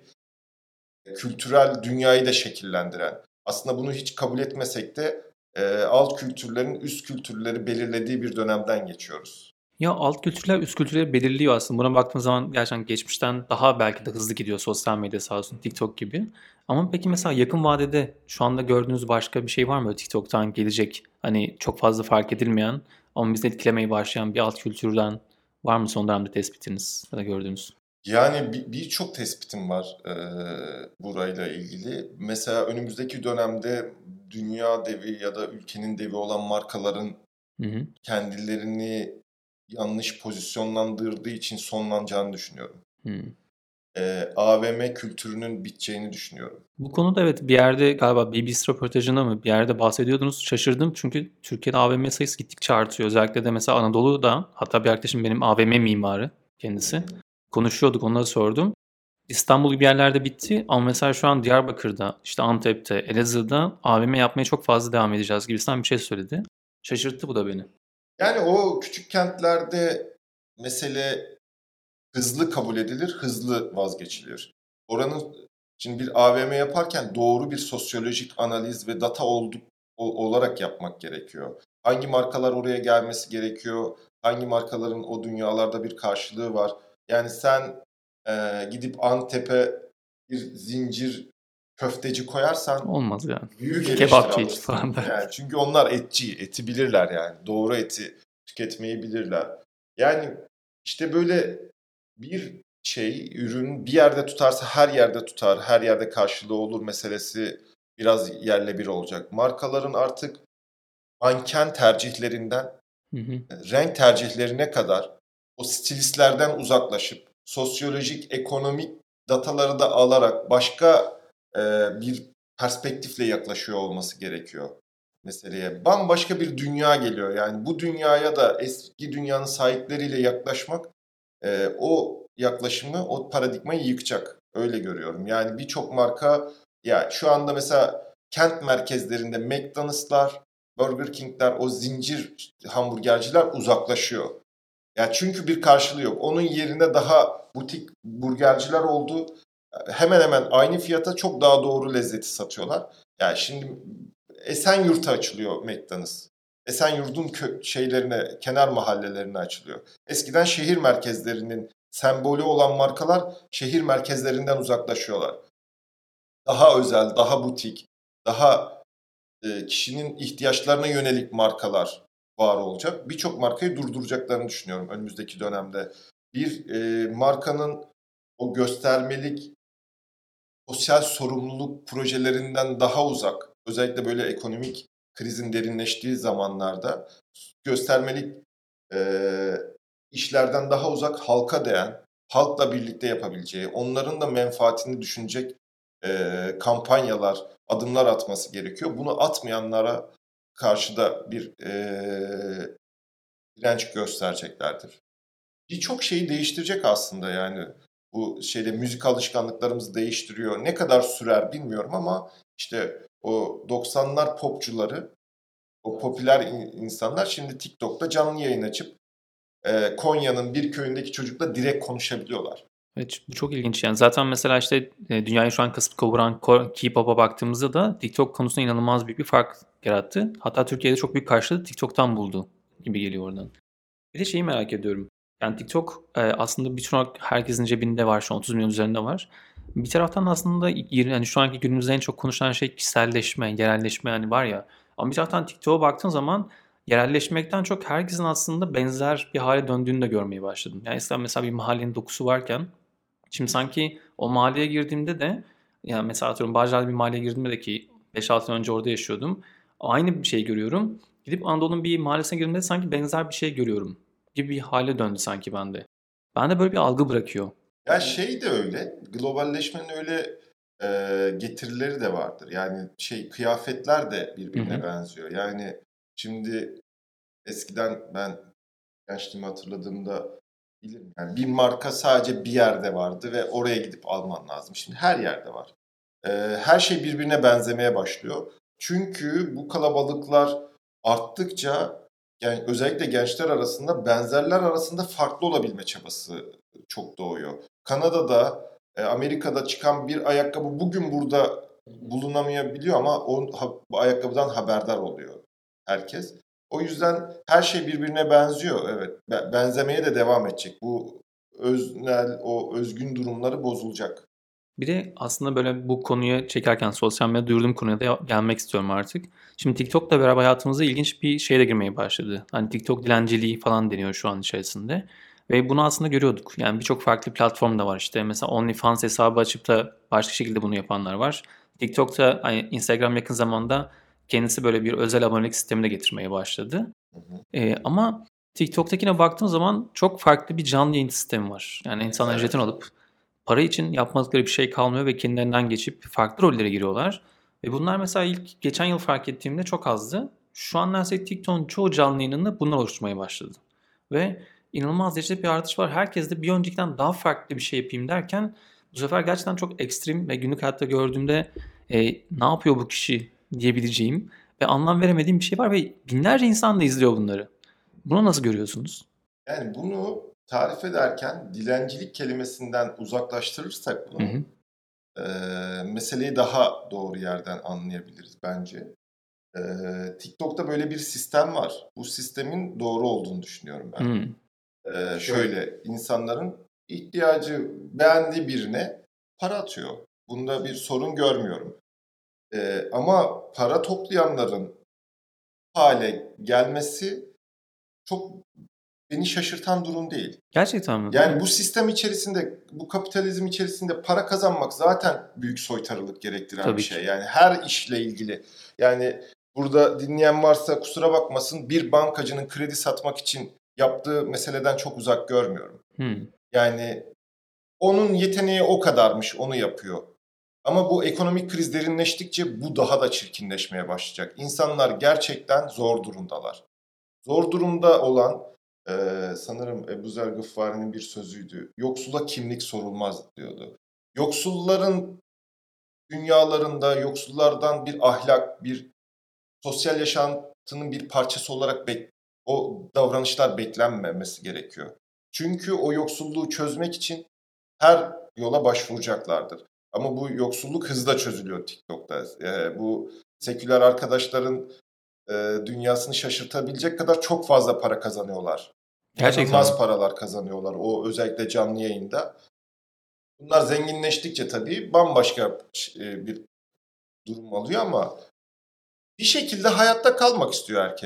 S1: kültürel dünyayı da şekillendiren, aslında bunu hiç kabul etmesek de alt kültürlerin üst kültürleri belirlediği bir dönemden geçiyoruz.
S4: Ya alt kültürler üst kültürleri belirliyor aslında. Buna baktığımız zaman gerçekten geçmişten daha belki de hızlı gidiyor sosyal medya sağ olsun, TikTok gibi. Ama peki mesela yakın vadede şu anda gördüğünüz başka bir şey var mı böyle TikTok'tan gelecek? Hani çok fazla fark edilmeyen ama bizi etkilemeye başlayan bir alt kültürden var mı son dönemde tespitiniz ya da gördüğünüz?
S1: Yani birçok tespitim var burayla ilgili. Mesela önümüzdeki dönemde dünya devi ya da ülkenin devi olan markaların
S4: Hı hı.
S1: kendilerini yanlış pozisyonlandırdığı için sonlanacağını düşünüyorum.
S4: Hı.
S1: AVM kültürünün biteceğini düşünüyorum.
S4: Bu konuda evet bir yerde galiba BBC röportajında mı bir yerde bahsediyordunuz. Şaşırdım çünkü Türkiye'de AVM sayısı gittikçe artıyor. Özellikle de mesela Anadolu'da, hatta bir arkadaşım benim AVM mimarı kendisi. Konuşuyorduk, onlara sordum. İstanbul gibi yerlerde bitti ama mesela şu an Diyarbakır'da, işte Antep'te, Elazığ'da AVM yapmaya çok fazla devam edeceğiz gibisinden bir şey söyledi. Şaşırttı bu da beni.
S1: Yani o küçük kentlerde mesele hızlı kabul edilir, hızlı vazgeçilir. Oranın şimdi bir AVM yaparken doğru bir sosyolojik analiz ve data olarak yapmak gerekiyor. Hangi markalar oraya gelmesi gerekiyor? Hangi markaların o dünyalarda bir karşılığı var? Yani sen gidip Antep'e bir zincir köfteci koyarsan
S4: Olmaz yani.
S1: büyük eleştiri
S4: Kebapçı
S1: alırsın.
S4: falan da.
S1: Yani çünkü onlar etçi, eti bilirler yani. Doğru eti tüketmeyi bilirler. Yani işte böyle bir ürün bir yerde tutarsa her yerde tutar, her yerde karşılığı olur meselesi biraz yerle bir olacak. Markaların artık manken tercihlerinden
S4: Hı hı.
S1: renk tercihlerine kadar o stilistlerden uzaklaşıp sosyolojik, ekonomik dataları da alarak başka bir perspektifle yaklaşıyor olması gerekiyor meseleye. Bambaşka bir dünya geliyor. Yani bu dünyaya da eski dünyanın sahipleriyle yaklaşmak o yaklaşımı, o paradigmayı yıkacak. Öyle görüyorum. Yani birçok marka ya şu anda mesela kent merkezlerinde McDonald's'lar, Burger King'ler, o zincir hamburgerciler uzaklaşıyor. Ya çünkü bir karşılığı yok. Onun yerine daha butik burgerciler oldu. Hemen hemen aynı fiyata çok daha doğru lezzeti satıyorlar. Yani şimdi Esenyurt'a açılıyor McDonald's. Esenyurt'un kenar mahallelerine açılıyor. Eskiden şehir merkezlerinin sembolü olan markalar şehir merkezlerinden uzaklaşıyorlar. Daha özel, daha butik, daha kişinin ihtiyaçlarına yönelik markalar var olacak. Birçok markayı durduracaklarını düşünüyorum önümüzdeki dönemde. Bir markanın o göstermelik, sosyal sorumluluk projelerinden daha uzak, özellikle böyle ekonomik krizin derinleştiği zamanlarda göstermelik işlerden daha uzak, halka değen, halkla birlikte yapabileceği, onların da menfaatini düşünecek kampanyalar, adımlar atması gerekiyor. Bunu atmayanlara karşı da bir direnç göstereceklerdir. Birçok şeyi değiştirecek aslında yani. Bu müzik alışkanlıklarımızı değiştiriyor. Ne kadar sürer bilmiyorum ama işte o 90'lar popçuları, o popüler insanlar şimdi TikTok'ta canlı yayın açıp Konya'nın bir köyündeki çocukla direkt konuşabiliyorlar.
S4: Evet, bu çok ilginç yani. Zaten mesela işte dünyayı şu an kasıp kavuran K-pop'a baktığımızda da TikTok konusunda inanılmaz büyük bir fark yarattı. Hatta Türkiye'de çok büyük karşılığı TikTok'tan buldu gibi geliyor oradan. Bir de şeyi merak ediyorum. Yani TikTok aslında birçok herkesin cebinde var şu an 30 milyon üzerinde var. Bir taraftan da aslında yani şu anki günümüzde en çok konuşulan şey kişiselleşme, yerelleşme yani var ya. Ama bir taraftan TikTok'a baktığın zaman yerelleşmekten çok herkesin aslında benzer bir hale döndüğünü de görmeye başladım. Yani eskiden mesela bir mahallenin dokusu varken şimdi sanki o mahalleye girdiğimde de yani mesela atıyorum Bağcılar'da bir mahalleye girdiğimde de ki 5-6 yıl önce orada yaşıyordum. Aynı bir şey görüyorum. Gidip Anadolu'nun bir mahallesine girdiğimde sanki benzer bir şey görüyorum gibi bir hale döndü sanki bende. Bende böyle bir algı bırakıyor.
S1: Ya de öyle, globalleşmenin öyle getirileri de vardır. Yani kıyafetler de birbirine benziyor. Yani şimdi eskiden ben gençliğimi hatırladığımda bilirim. Yani bir marka sadece bir yerde vardı ve oraya gidip alman lazım. Şimdi her yerde var. Her şey birbirine benzemeye başlıyor. Çünkü bu kalabalıklar arttıkça yani özellikle gençler arasında benzerler arasında farklı olabilme çabası çok doğuyor. Kanada'da, Amerika'da çıkan bir ayakkabı bugün burada bulunamayabiliyor ama bu ayakkabıdan haberdar oluyor herkes. O yüzden her şey birbirine benziyor. Evet, benzemeye de devam edecek. Bu öznel, o özgün durumları bozulacak.
S4: Bir de aslında böyle bu konuyu çekerken sosyal medyada duyurduğum konuya da gelmek istiyorum artık. Şimdi TikTok'la beraber hayatımıza ilginç bir şey de girmeye başladı. Hani TikTok dilenciliği falan deniyor şu an içerisinde. Ve bunu aslında görüyorduk. Yani birçok farklı platform da var işte. Mesela OnlyFans hesabı açıp da başka şekilde bunu yapanlar var. TikTok'ta hani Instagram yakın zamanda kendisi böyle bir özel abonelik sistemi de getirmeye başladı. Ama TikTok'takine baktığım zaman çok farklı bir canlı yayın sistemi var. Yani insanlar
S1: Evet.
S4: jeton alıp para için yapmadıkları bir şey kalmıyor ve kendilerinden geçip farklı rollere giriyorlar. Ve bunlar mesela ilk geçen yıl fark ettiğimde çok azdı. Şu an neredeyse TikTok'un çoğu canlı yayınında bunlar oluşturmaya başladı. Ve inanılmaz derecede bir artış var. Herkes de bir öncekinden daha farklı bir şey yapayım derken bu sefer gerçekten çok ekstrem ve günlük hayatta gördüğümde ne yapıyor bu kişi diyebileceğim ve anlam veremediğim bir şey var ve binlerce insan da izliyor bunları. Bunu nasıl görüyorsunuz?
S1: Yani bunu tarif ederken dilencilik kelimesinden uzaklaştırırsak bunu
S4: Hı hı.
S1: meseleyi daha doğru yerden anlayabiliriz bence. TikTok'ta böyle bir sistem var. Bu sistemin doğru olduğunu düşünüyorum ben. Şöyle insanların ihtiyacı beğendiği birine para atıyor. Bunda bir sorun görmüyorum. Ama para toplayanların hale gelmesi çok beni şaşırtan durum değil.
S4: Gerçekten mi?
S1: Yani bu sistem içerisinde, bu kapitalizm içerisinde para kazanmak zaten büyük soytarılık gerektiren
S4: Tabii
S1: bir
S4: ki.
S1: şey. Yani her işle ilgili. Yani burada dinleyen varsa kusura bakmasın, bir bankacının kredi satmak için yaptığı meseleden çok uzak görmüyorum. Yani onun yeteneği o kadarmış, onu yapıyor. Ama bu ekonomik kriz derinleştikçe bu daha da çirkinleşmeye başlayacak. İnsanlar gerçekten zor durumdalar. Zor durumda olan, sanırım Ebu Zer Gıffari'nin bir sözüydü. Yoksula kimlik sorulmaz diyordu. Yoksulların dünyalarında yoksullardan bir ahlak, bir sosyal yaşantının bir parçası olarak o davranışlar beklenmemesi gerekiyor. Çünkü o yoksulluğu çözmek için her yola başvuracaklardır. Ama bu yoksulluk hızla çözülüyor TikTok'ta. Bu seküler arkadaşların dünyasını şaşırtabilecek kadar çok fazla para kazanıyorlar.
S4: Gerçekten
S1: İnanılmaz
S4: mi?
S1: paralar kazanıyorlar. O özellikle canlı yayında. Bunlar zenginleştikçe tabii bambaşka bir durum alıyor ama bir şekilde hayatta kalmak istiyor herkes.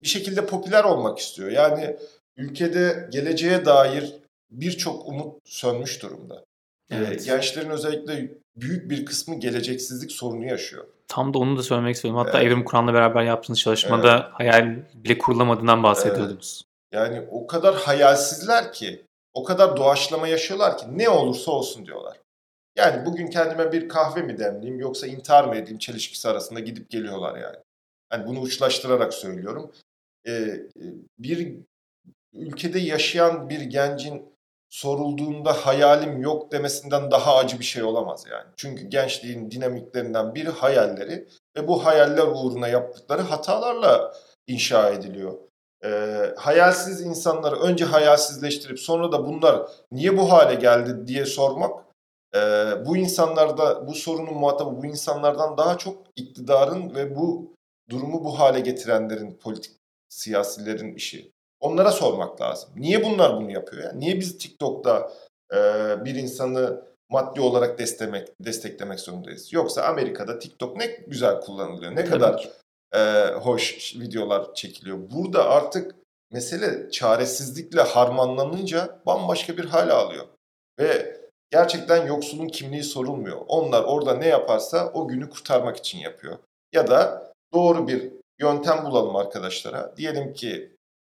S1: bir şekilde popüler olmak istiyor. Yani ülkede geleceğe dair birçok umut sönmüş durumda.
S4: Evet.
S1: Gençlerin özellikle büyük bir kısmı geleceksizlik sorunu yaşıyor.
S4: Tam da onu da söylemek istiyorum. Hatta
S1: Evet.
S4: Evrim Kur'an'la beraber yaptığınız çalışmada hayal bile kurulamadığından bahsediyordunuz.
S1: Yani o kadar hayalsizler ki, o kadar doğaçlama yaşıyorlar ki ne olursa olsun diyorlar. Yani bugün kendime bir kahve mi demleyeyim yoksa intihar mı edeyim çelişkisi arasında gidip geliyorlar yani. Hani bunu uçlaştırarak söylüyorum. Bir ülkede yaşayan bir gencin sorulduğunda hayalim yok demesinden daha acı bir şey olamaz yani. Çünkü gençliğin dinamiklerinden biri hayalleri ve bu hayaller uğruna yaptıkları hatalarla inşa ediliyor. Hayalsiz insanları önce hayalsizleştirip sonra da bunlar niye bu hale geldi diye sormak, bu insanlarda, bu sorunun muhatabı bu insanlardan daha çok iktidarın ve bu durumu bu hale getirenlerin, politik siyasilerin işi. Onlara sormak lazım. Niye bunlar bunu yapıyor ya? Niye biz TikTok'ta bir insanı maddi olarak desteklemek zorundayız? Yoksa Amerika'da TikTok ne güzel kullanılıyor. Ne
S4: Tabii
S1: kadar
S4: ki.
S1: hoş videolar çekiliyor. Burada artık mesele çaresizlikle harmanlanınca bambaşka bir hale alıyor. Ve gerçekten yoksulun kimliği sorulmuyor. Onlar orada ne yaparsa o günü kurtarmak için yapıyor. Ya da doğru bir yöntem bulalım arkadaşlara. Diyelim ki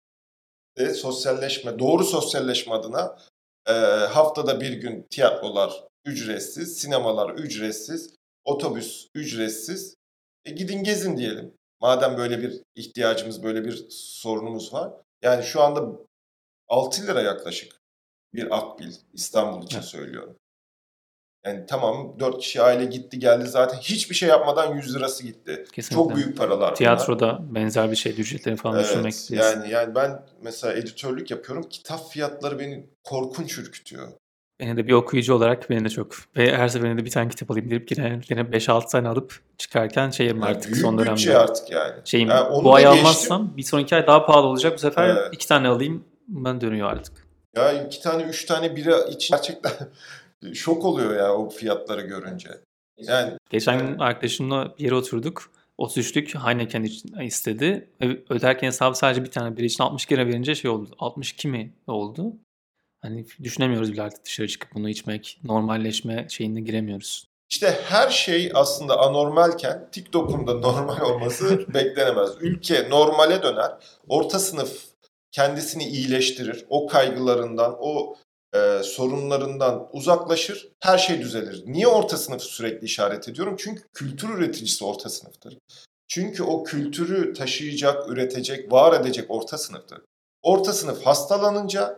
S1: doğru sosyalleşme adına haftada bir gün tiyatrolar ücretsiz, sinemalar ücretsiz, otobüs ücretsiz. Gidin gezin diyelim. Madem böyle bir ihtiyacımız, böyle bir sorunumuz var. Yani şu anda 6 lira yaklaşık bir akbil, İstanbul için
S4: Evet.
S1: söylüyorum. Yani tamam 4 kişi aile gitti geldi zaten hiçbir şey yapmadan 100 lirası gitti.
S4: Kesinlikle.
S1: Çok büyük paralar bunlar.
S4: Tiyatroda benzer bir şey, ücretleri falan düşünmek
S1: Evet,
S4: diyorsun.
S1: yani ben mesela editörlük yapıyorum. Kitap fiyatları beni korkunç ürkütüyor.
S4: Beni de bir okuyucu olarak beni de çok. Ve her seferinde de bir tane kitap alayım deyip yine 5-6 tane alıp çıkarken şeyim
S1: Yani
S4: artık
S1: büyük
S4: son
S1: bütçe
S4: dönemde.
S1: artık yani.
S4: Şeyim
S1: Yani onu
S4: bu ay
S1: da geçtim.
S4: almazsam bir sonraki ay daha pahalı olacak. Bu sefer
S1: Evet.
S4: 2 tane alayım. Ben dönüyor artık.
S1: Ya 2 tane 3 tane bira için gerçekten şok oluyor ya o fiyatları görünce. Yani
S4: Geçen gün arkadaşımla bir yere oturduk. 33'lük Heineken istedi. Ve öderken hesabı sadece bir tane bira için 60 lira verince şey oldu. 62 mi oldu? Hani düşünemiyoruz bile artık dışarı çıkıp bunu içmek. Normalleşme şeyine giremiyoruz.
S1: işte her şey aslında anormalken TikTok'un da normal olması beklenemez. Ülke normale döner. Orta sınıf kendisini iyileştirir. O kaygılarından, o sorunlarından uzaklaşır. Her şey düzelir. Niye orta sınıfı sürekli işaret ediyorum? Çünkü kültür üreticisi orta sınıftır. Çünkü o kültürü taşıyacak, üretecek, var edecek orta sınıftır. Orta sınıf hastalanınca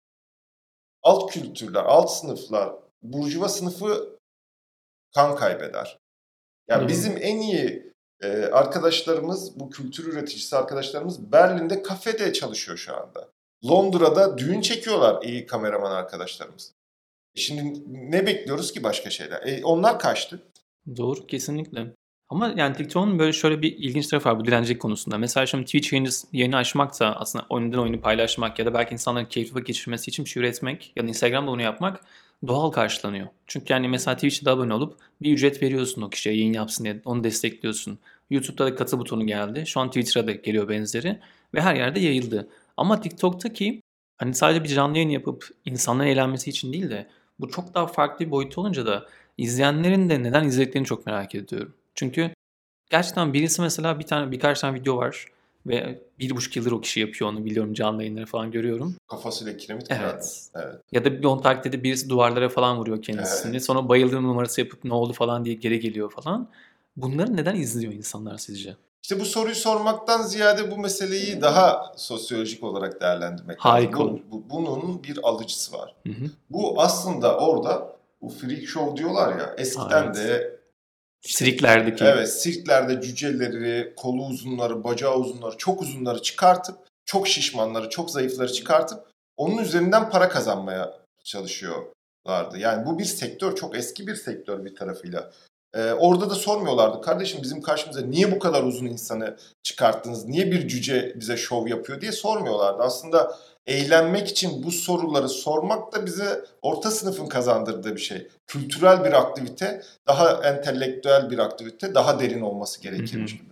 S1: alt kültürler, alt sınıflar, burjuva sınıfı kan kaybeder. Yani
S4: Doğru.
S1: bizim en iyi arkadaşlarımız, bu kültür üreticisi arkadaşlarımız Berlin'de kafede çalışıyor şu anda. Londra'da düğün çekiyorlar iyi kameraman arkadaşlarımız. Şimdi ne bekliyoruz ki başka şeyler? Onlar kaçtı.
S4: Doğru, kesinlikle. Ama yani TikTok'un böyle şöyle bir ilginç tarafı var bu dilencilik konusunda. Mesela şimdi Twitch yayını açmak da aslında oyundan oyunu paylaşmak ya da belki insanların keyifli vakit geçirmesi için bir şey üretmek ya da Instagram'da onu yapmak doğal karşılanıyor. Çünkü yani mesela Twitch'te de abone olup bir ücret veriyorsun o kişiye yayın yapsın diye onu destekliyorsun. YouTube'da da katıl butonu geldi. Şu an Twitter'a da geliyor benzeri ve her yerde yayıldı. Ama TikTok'taki hani sadece bir canlı yayın yapıp insanların eğlenmesi için değil de bu çok daha farklı bir boyut olunca da izleyenlerin de neden izlediklerini çok merak ediyorum. Çünkü gerçekten birisi mesela birkaç tane video var ve 1,5 yıldır o kişi yapıyor onu biliyorum canlı yayınları falan görüyorum.
S1: Kafasıyla kiremit
S4: Evet.
S1: kırar. Evet.
S4: Ya da bir onun taklidi birisi duvarlara falan vuruyor kendisini.
S1: Evet.
S4: Sonra bayıldığım numarası yapıp ne oldu falan diye geri geliyor falan. Bunları neden izliyor insanlar sizce?
S1: İşte bu soruyu sormaktan ziyade bu meseleyi daha sosyolojik olarak değerlendirmek
S4: Harika
S1: lazım.
S4: olur.
S1: Bunun bir alıcısı var.
S4: Hı hı.
S1: Bu aslında orada bu freak show diyorlar ya eskiden
S4: Evet.
S1: de
S4: Sirklerdeki.
S1: evet sirklerde cüceleri, kolu uzunları, bacağı uzunları, çok uzunları çıkartıp çok şişmanları, çok zayıfları çıkartıp onun üzerinden para kazanmaya çalışıyorlardı. Yani bu bir sektör, çok eski bir sektör bir tarafıyla. Orada da sormuyorlardı. Kardeşim bizim karşımıza niye bu kadar uzun insanı çıkarttınız? Niye bir cüce bize şov yapıyor diye sormuyorlardı. Aslında eğlenmek için bu soruları sormak da bize orta sınıfın kazandırdığı bir şey. Kültürel bir aktivite, daha entelektüel bir aktivite, daha derin olması gerekirmiş gibi.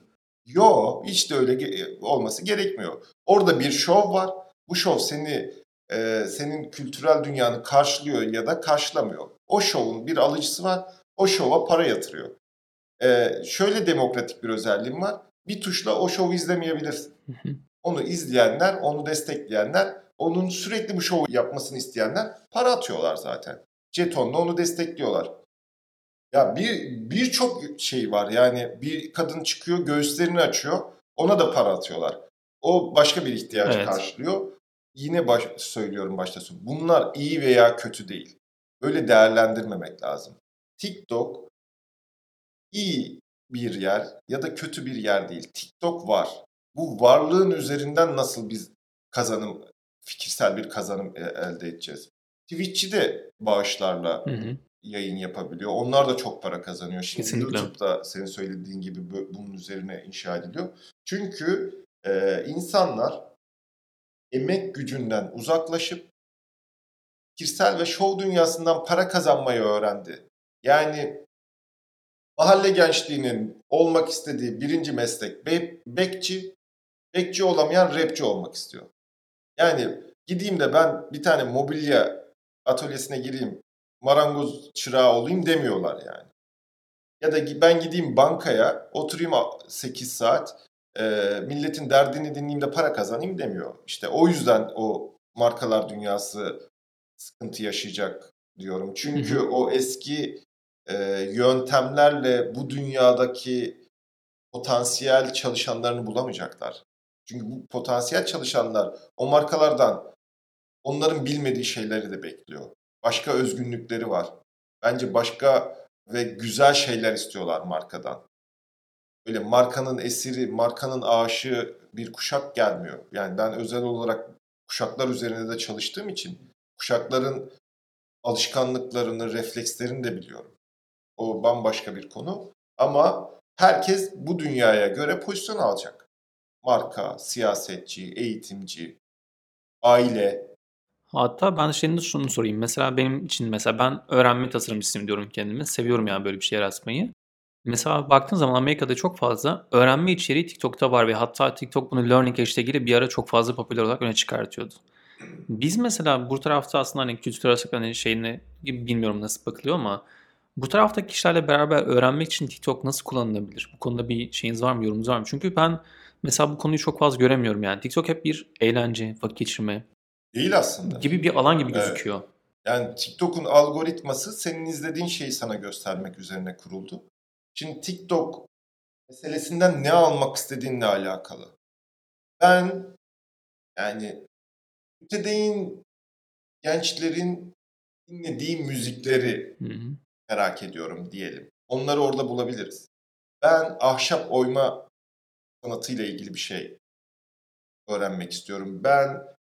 S1: Yo, hiç de öyle olması gerekmiyor. Orada bir şov var. Bu şov senin kültürel dünyanı karşılıyor ya da karşılamıyor. O şovun bir alıcısı var. O şova para yatırıyor. Şöyle demokratik bir özelliğim var. Bir tuşla o şovu izlemeyebilirsin. Onu izleyenler, onu destekleyenler, onun sürekli bu şovu yapmasını isteyenler para atıyorlar zaten. Jetonla onu destekliyorlar. Ya birçok şey var. Yani bir kadın çıkıyor, göğüslerini açıyor. Ona da para atıyorlar. O başka bir ihtiyacı
S4: Evet.
S1: karşılıyor. Yine söylüyorum başta. Bunlar iyi veya kötü değil. Böyle değerlendirmemek lazım. TikTok iyi bir yer ya da kötü bir yer değil. TikTok var. Bu varlığın üzerinden nasıl biz fikirsel bir kazanım elde edeceğiz? Twitch'çi de bağışlarla
S4: Hı hı.
S1: yayın yapabiliyor. Onlar da çok para kazanıyor. Şimdi
S4: Kesinlikle.
S1: YouTube'da senin söylediğin gibi bunun üzerine inşa ediliyor. Çünkü insanlar emek gücünden uzaklaşıp fikirsel ve şov dünyasından para kazanmayı öğrendi. Yani mahalle gençliğinin olmak istediği birinci meslek bekçi, bekçi olamayan rapçi olmak istiyor. Yani gideyim de ben bir tane mobilya atölyesine gireyim, marangoz çırağı olayım demiyorlar yani. Ya da ben gideyim bankaya, oturayım 8 saat, milletin derdini dinleyeyim de para kazanayım demiyor. İşte o yüzden o markalar dünyası sıkıntı yaşayacak diyorum. Çünkü o eski yöntemlerle bu dünyadaki potansiyel çalışanlarını bulamayacaklar. Çünkü bu potansiyel çalışanlar o markalardan onların bilmediği şeyleri de bekliyor. Başka özgünlükleri var. Bence başka ve güzel şeyler istiyorlar markadan. Böyle markanın esiri, markanın aşığı bir kuşak gelmiyor. Yani ben özel olarak kuşaklar üzerinde de çalıştığım için kuşakların alışkanlıklarını, reflekslerini de biliyorum. O bambaşka bir konu. Ama herkes bu dünyaya göre pozisyon alacak. Marka, siyasetçi, eğitimci, aile.
S4: Hatta ben şimdi şunu sorayım. Mesela benim için ben öğrenme tasarımcısıyım diyorum kendime. Seviyorum yani böyle bir şey yaratmayı. Mesela baktığın zaman Amerika'da çok fazla öğrenme içeriği TikTok'ta var ve hatta TikTok bunu learning hashtag ile bir ara çok fazla popüler olarak öne çıkartıyordu. Biz mesela bu tarafta aslında hani kültür arası hani şeyine bilmiyorum nasıl bakılıyor ama bu taraftaki kişilerle beraber öğrenmek için TikTok nasıl kullanılabilir? Bu konuda bir şeyiniz var mı, yorumunuz var mı? Çünkü ben mesela bu konuyu çok fazla göremiyorum yani. TikTok hep bir eğlence, vakit geçirme
S1: Değil aslında.
S4: gibi bir alan gibi
S1: Evet.
S4: gözüküyor.
S1: Yani TikTok'un algoritması senin izlediğin şeyi sana göstermek üzerine kuruldu. Şimdi TikTok meselesinden ne almak istediğinle alakalı. Ben yani mütedeyyin gençlerin dinlediği müzikleri
S4: Hı hı.
S1: merak ediyorum diyelim. Onları orada bulabiliriz. Ben ahşap oyma sanatıyla ilgili bir şey öğrenmek istiyorum. Ben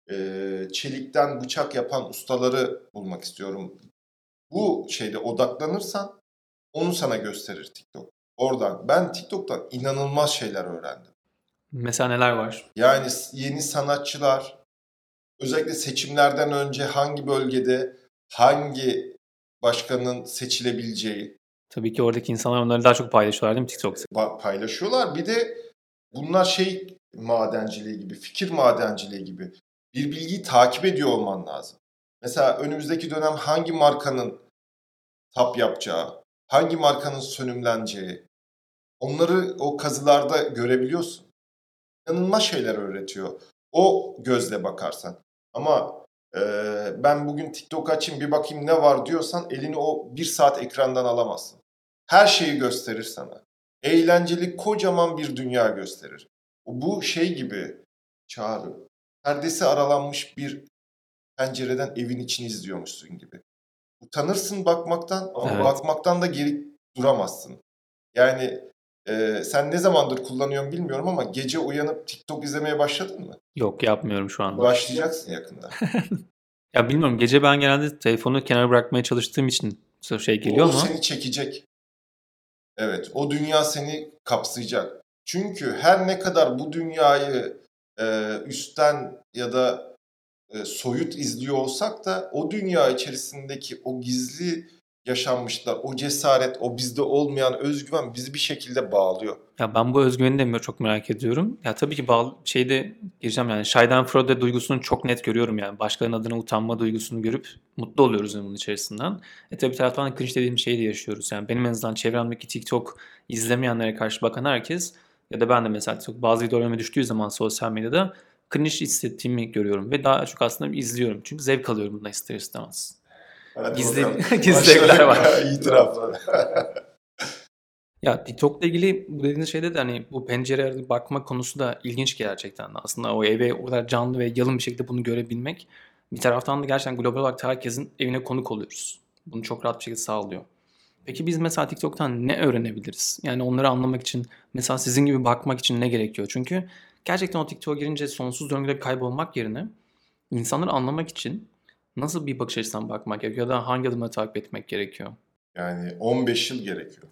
S1: çelikten bıçak yapan ustaları bulmak istiyorum. Bu şeyde odaklanırsan onu sana gösterir TikTok. Oradan. Ben TikTok'tan inanılmaz şeyler öğrendim.
S4: Mesela neler var?
S1: Yani yeni sanatçılar, özellikle seçimlerden önce hangi bölgede hangi başkanın seçilebileceği
S4: Tabii ki oradaki insanlar onları daha çok paylaşıyorlar değil mi TikTok'ta?
S1: paylaşıyorlar. Bir de bunlar şey madenciliği gibi, fikir madenciliği gibi bir bilgiyi takip ediyor olman lazım. Mesela önümüzdeki dönem hangi markanın tap yapacağı, hangi markanın sönümleneceği, onları o kazılarda görebiliyorsun. İnanılmaz şeyler öğretiyor. O gözle bakarsan. Ama ben bugün TikTok açayım bir bakayım ne var diyorsan elini o 1 saat ekrandan alamazsın. Her şeyi gösterir sana. Eğlenceli kocaman bir dünya gösterir. Bu şey gibi Çağrı. Perdesi aralanmış bir pencereden evin içini izliyormuşsun gibi. Utanırsın bakmaktan ama
S4: Evet.
S1: bakmaktan da geri duramazsın. Yani sen ne zamandır kullanıyorsun bilmiyorum ama gece uyanıp TikTok izlemeye başladın mı?
S4: Yok yapmıyorum şu anda.
S1: Başlayacaksın yakında.
S4: Ya bilmiyorum gece ben genelde telefonu kenara bırakmaya çalıştığım için şey geliyor
S1: O
S4: ama
S1: seni çekecek. Evet, o dünya seni kapsayacak. Çünkü her ne kadar bu dünyayı üstten ya da soyut izliyor olsak da o dünya içerisindeki o gizli yaşanmışlar, o cesaret, o bizde olmayan özgüven bizi bir şekilde bağlıyor.
S4: Ya ben bu özgüveni de çok merak ediyorum. Ya tabii ki şeyde gireceğim yani Schadenfreude duygusunu çok net görüyorum yani. Başkalarının adına utanma duygusunu görüp mutlu oluyoruz yani bunun içerisinden. Tabii bir taraftan da cringe dediğim şeyi de yaşıyoruz. Yani benim en azından çevremdeki TikTok izlemeyenlere karşı bakan herkes ya da ben de mesela TikTok bazı videolarıma düştüğü zaman sosyal medyada cringe hissettiğimi görüyorum ve daha çok aslında izliyorum. Çünkü zevk alıyorum bundan ister istemez.
S1: Hadi
S4: Gizli,
S1: bakalım.
S4: gizli zevkler var.
S1: Başladık. İtiraflar.
S4: Ya TikTok'la ilgili bu dediğiniz şeyde de hani bu pencereye bakma konusu da ilginç gerçekten. Aslında o eve o kadar canlı ve yalın bir şekilde bunu görebilmek bir taraftan da gerçekten global olarak herkesin evine konuk oluyoruz. Bunu çok rahat bir şekilde sağlıyor. Peki biz mesela TikTok'tan ne öğrenebiliriz? Yani onları anlamak için mesela sizin gibi bakmak için ne gerekiyor? Çünkü gerçekten o TikTok'a girince sonsuz döngüde kaybolmak yerine insanları anlamak için nasıl bir bakış açısından bakmak gerekiyor ya da hangi adımları takip etmek gerekiyor?
S1: Yani 15 yıl gerekiyor.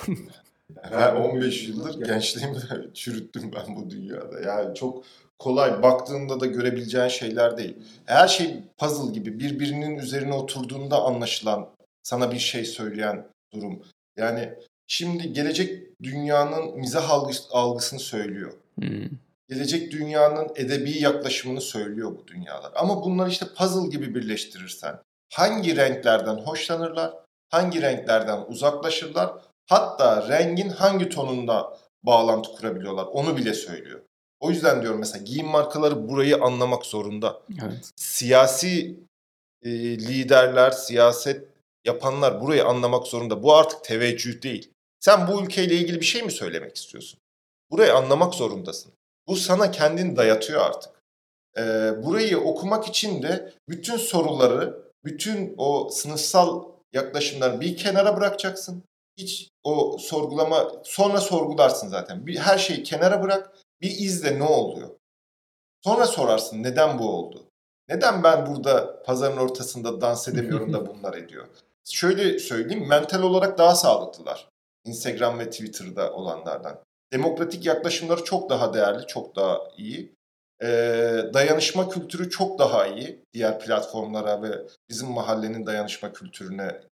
S1: Ben 15 yıldır gençliğimi çürüttüm ben bu dünyada. Yani çok kolay baktığında da görebileceğin şeyler değil. Her şey puzzle gibi birbirinin üzerine oturduğunda anlaşılan, sana bir şey söyleyen durum. Yani şimdi gelecek dünyanın mizah algısını söylüyor. Gelecek dünyanın edebi yaklaşımını söylüyor bu dünyalar. Ama bunları işte puzzle gibi birleştirirsen hangi renklerden hoşlanırlar, hangi renklerden uzaklaşırlar, hatta rengin hangi tonunda bağlantı kurabiliyorlar onu bile söylüyor. O yüzden diyorum mesela giyim markaları burayı anlamak zorunda.
S4: Evet.
S1: Siyasi liderler, siyaset yapanlar burayı anlamak zorunda. Bu artık teveccüh değil. Sen bu ülkeyle ilgili bir şey mi söylemek istiyorsun? Burayı anlamak zorundasın. Bu sana kendini dayatıyor artık. Burayı okumak için de bütün soruları, bütün o sınıfsal yaklaşımları bir kenara bırakacaksın. Hiç o sorgulama, sonra sorgularsın zaten. Her şeyi kenara bırak, bir izle ne oluyor. Sonra sorarsın neden bu oldu? Neden ben burada pazarın ortasında dans edemiyorum da bunlar ediyor? Şöyle söyleyeyim, mental olarak daha sağlıklılar. Instagram ve Twitter'da olanlardan. Demokratik yaklaşımları çok daha değerli, çok daha iyi. Dayanışma kültürü çok daha iyi diğer platformlara ve bizim mahallenin dayanışma kültürüne.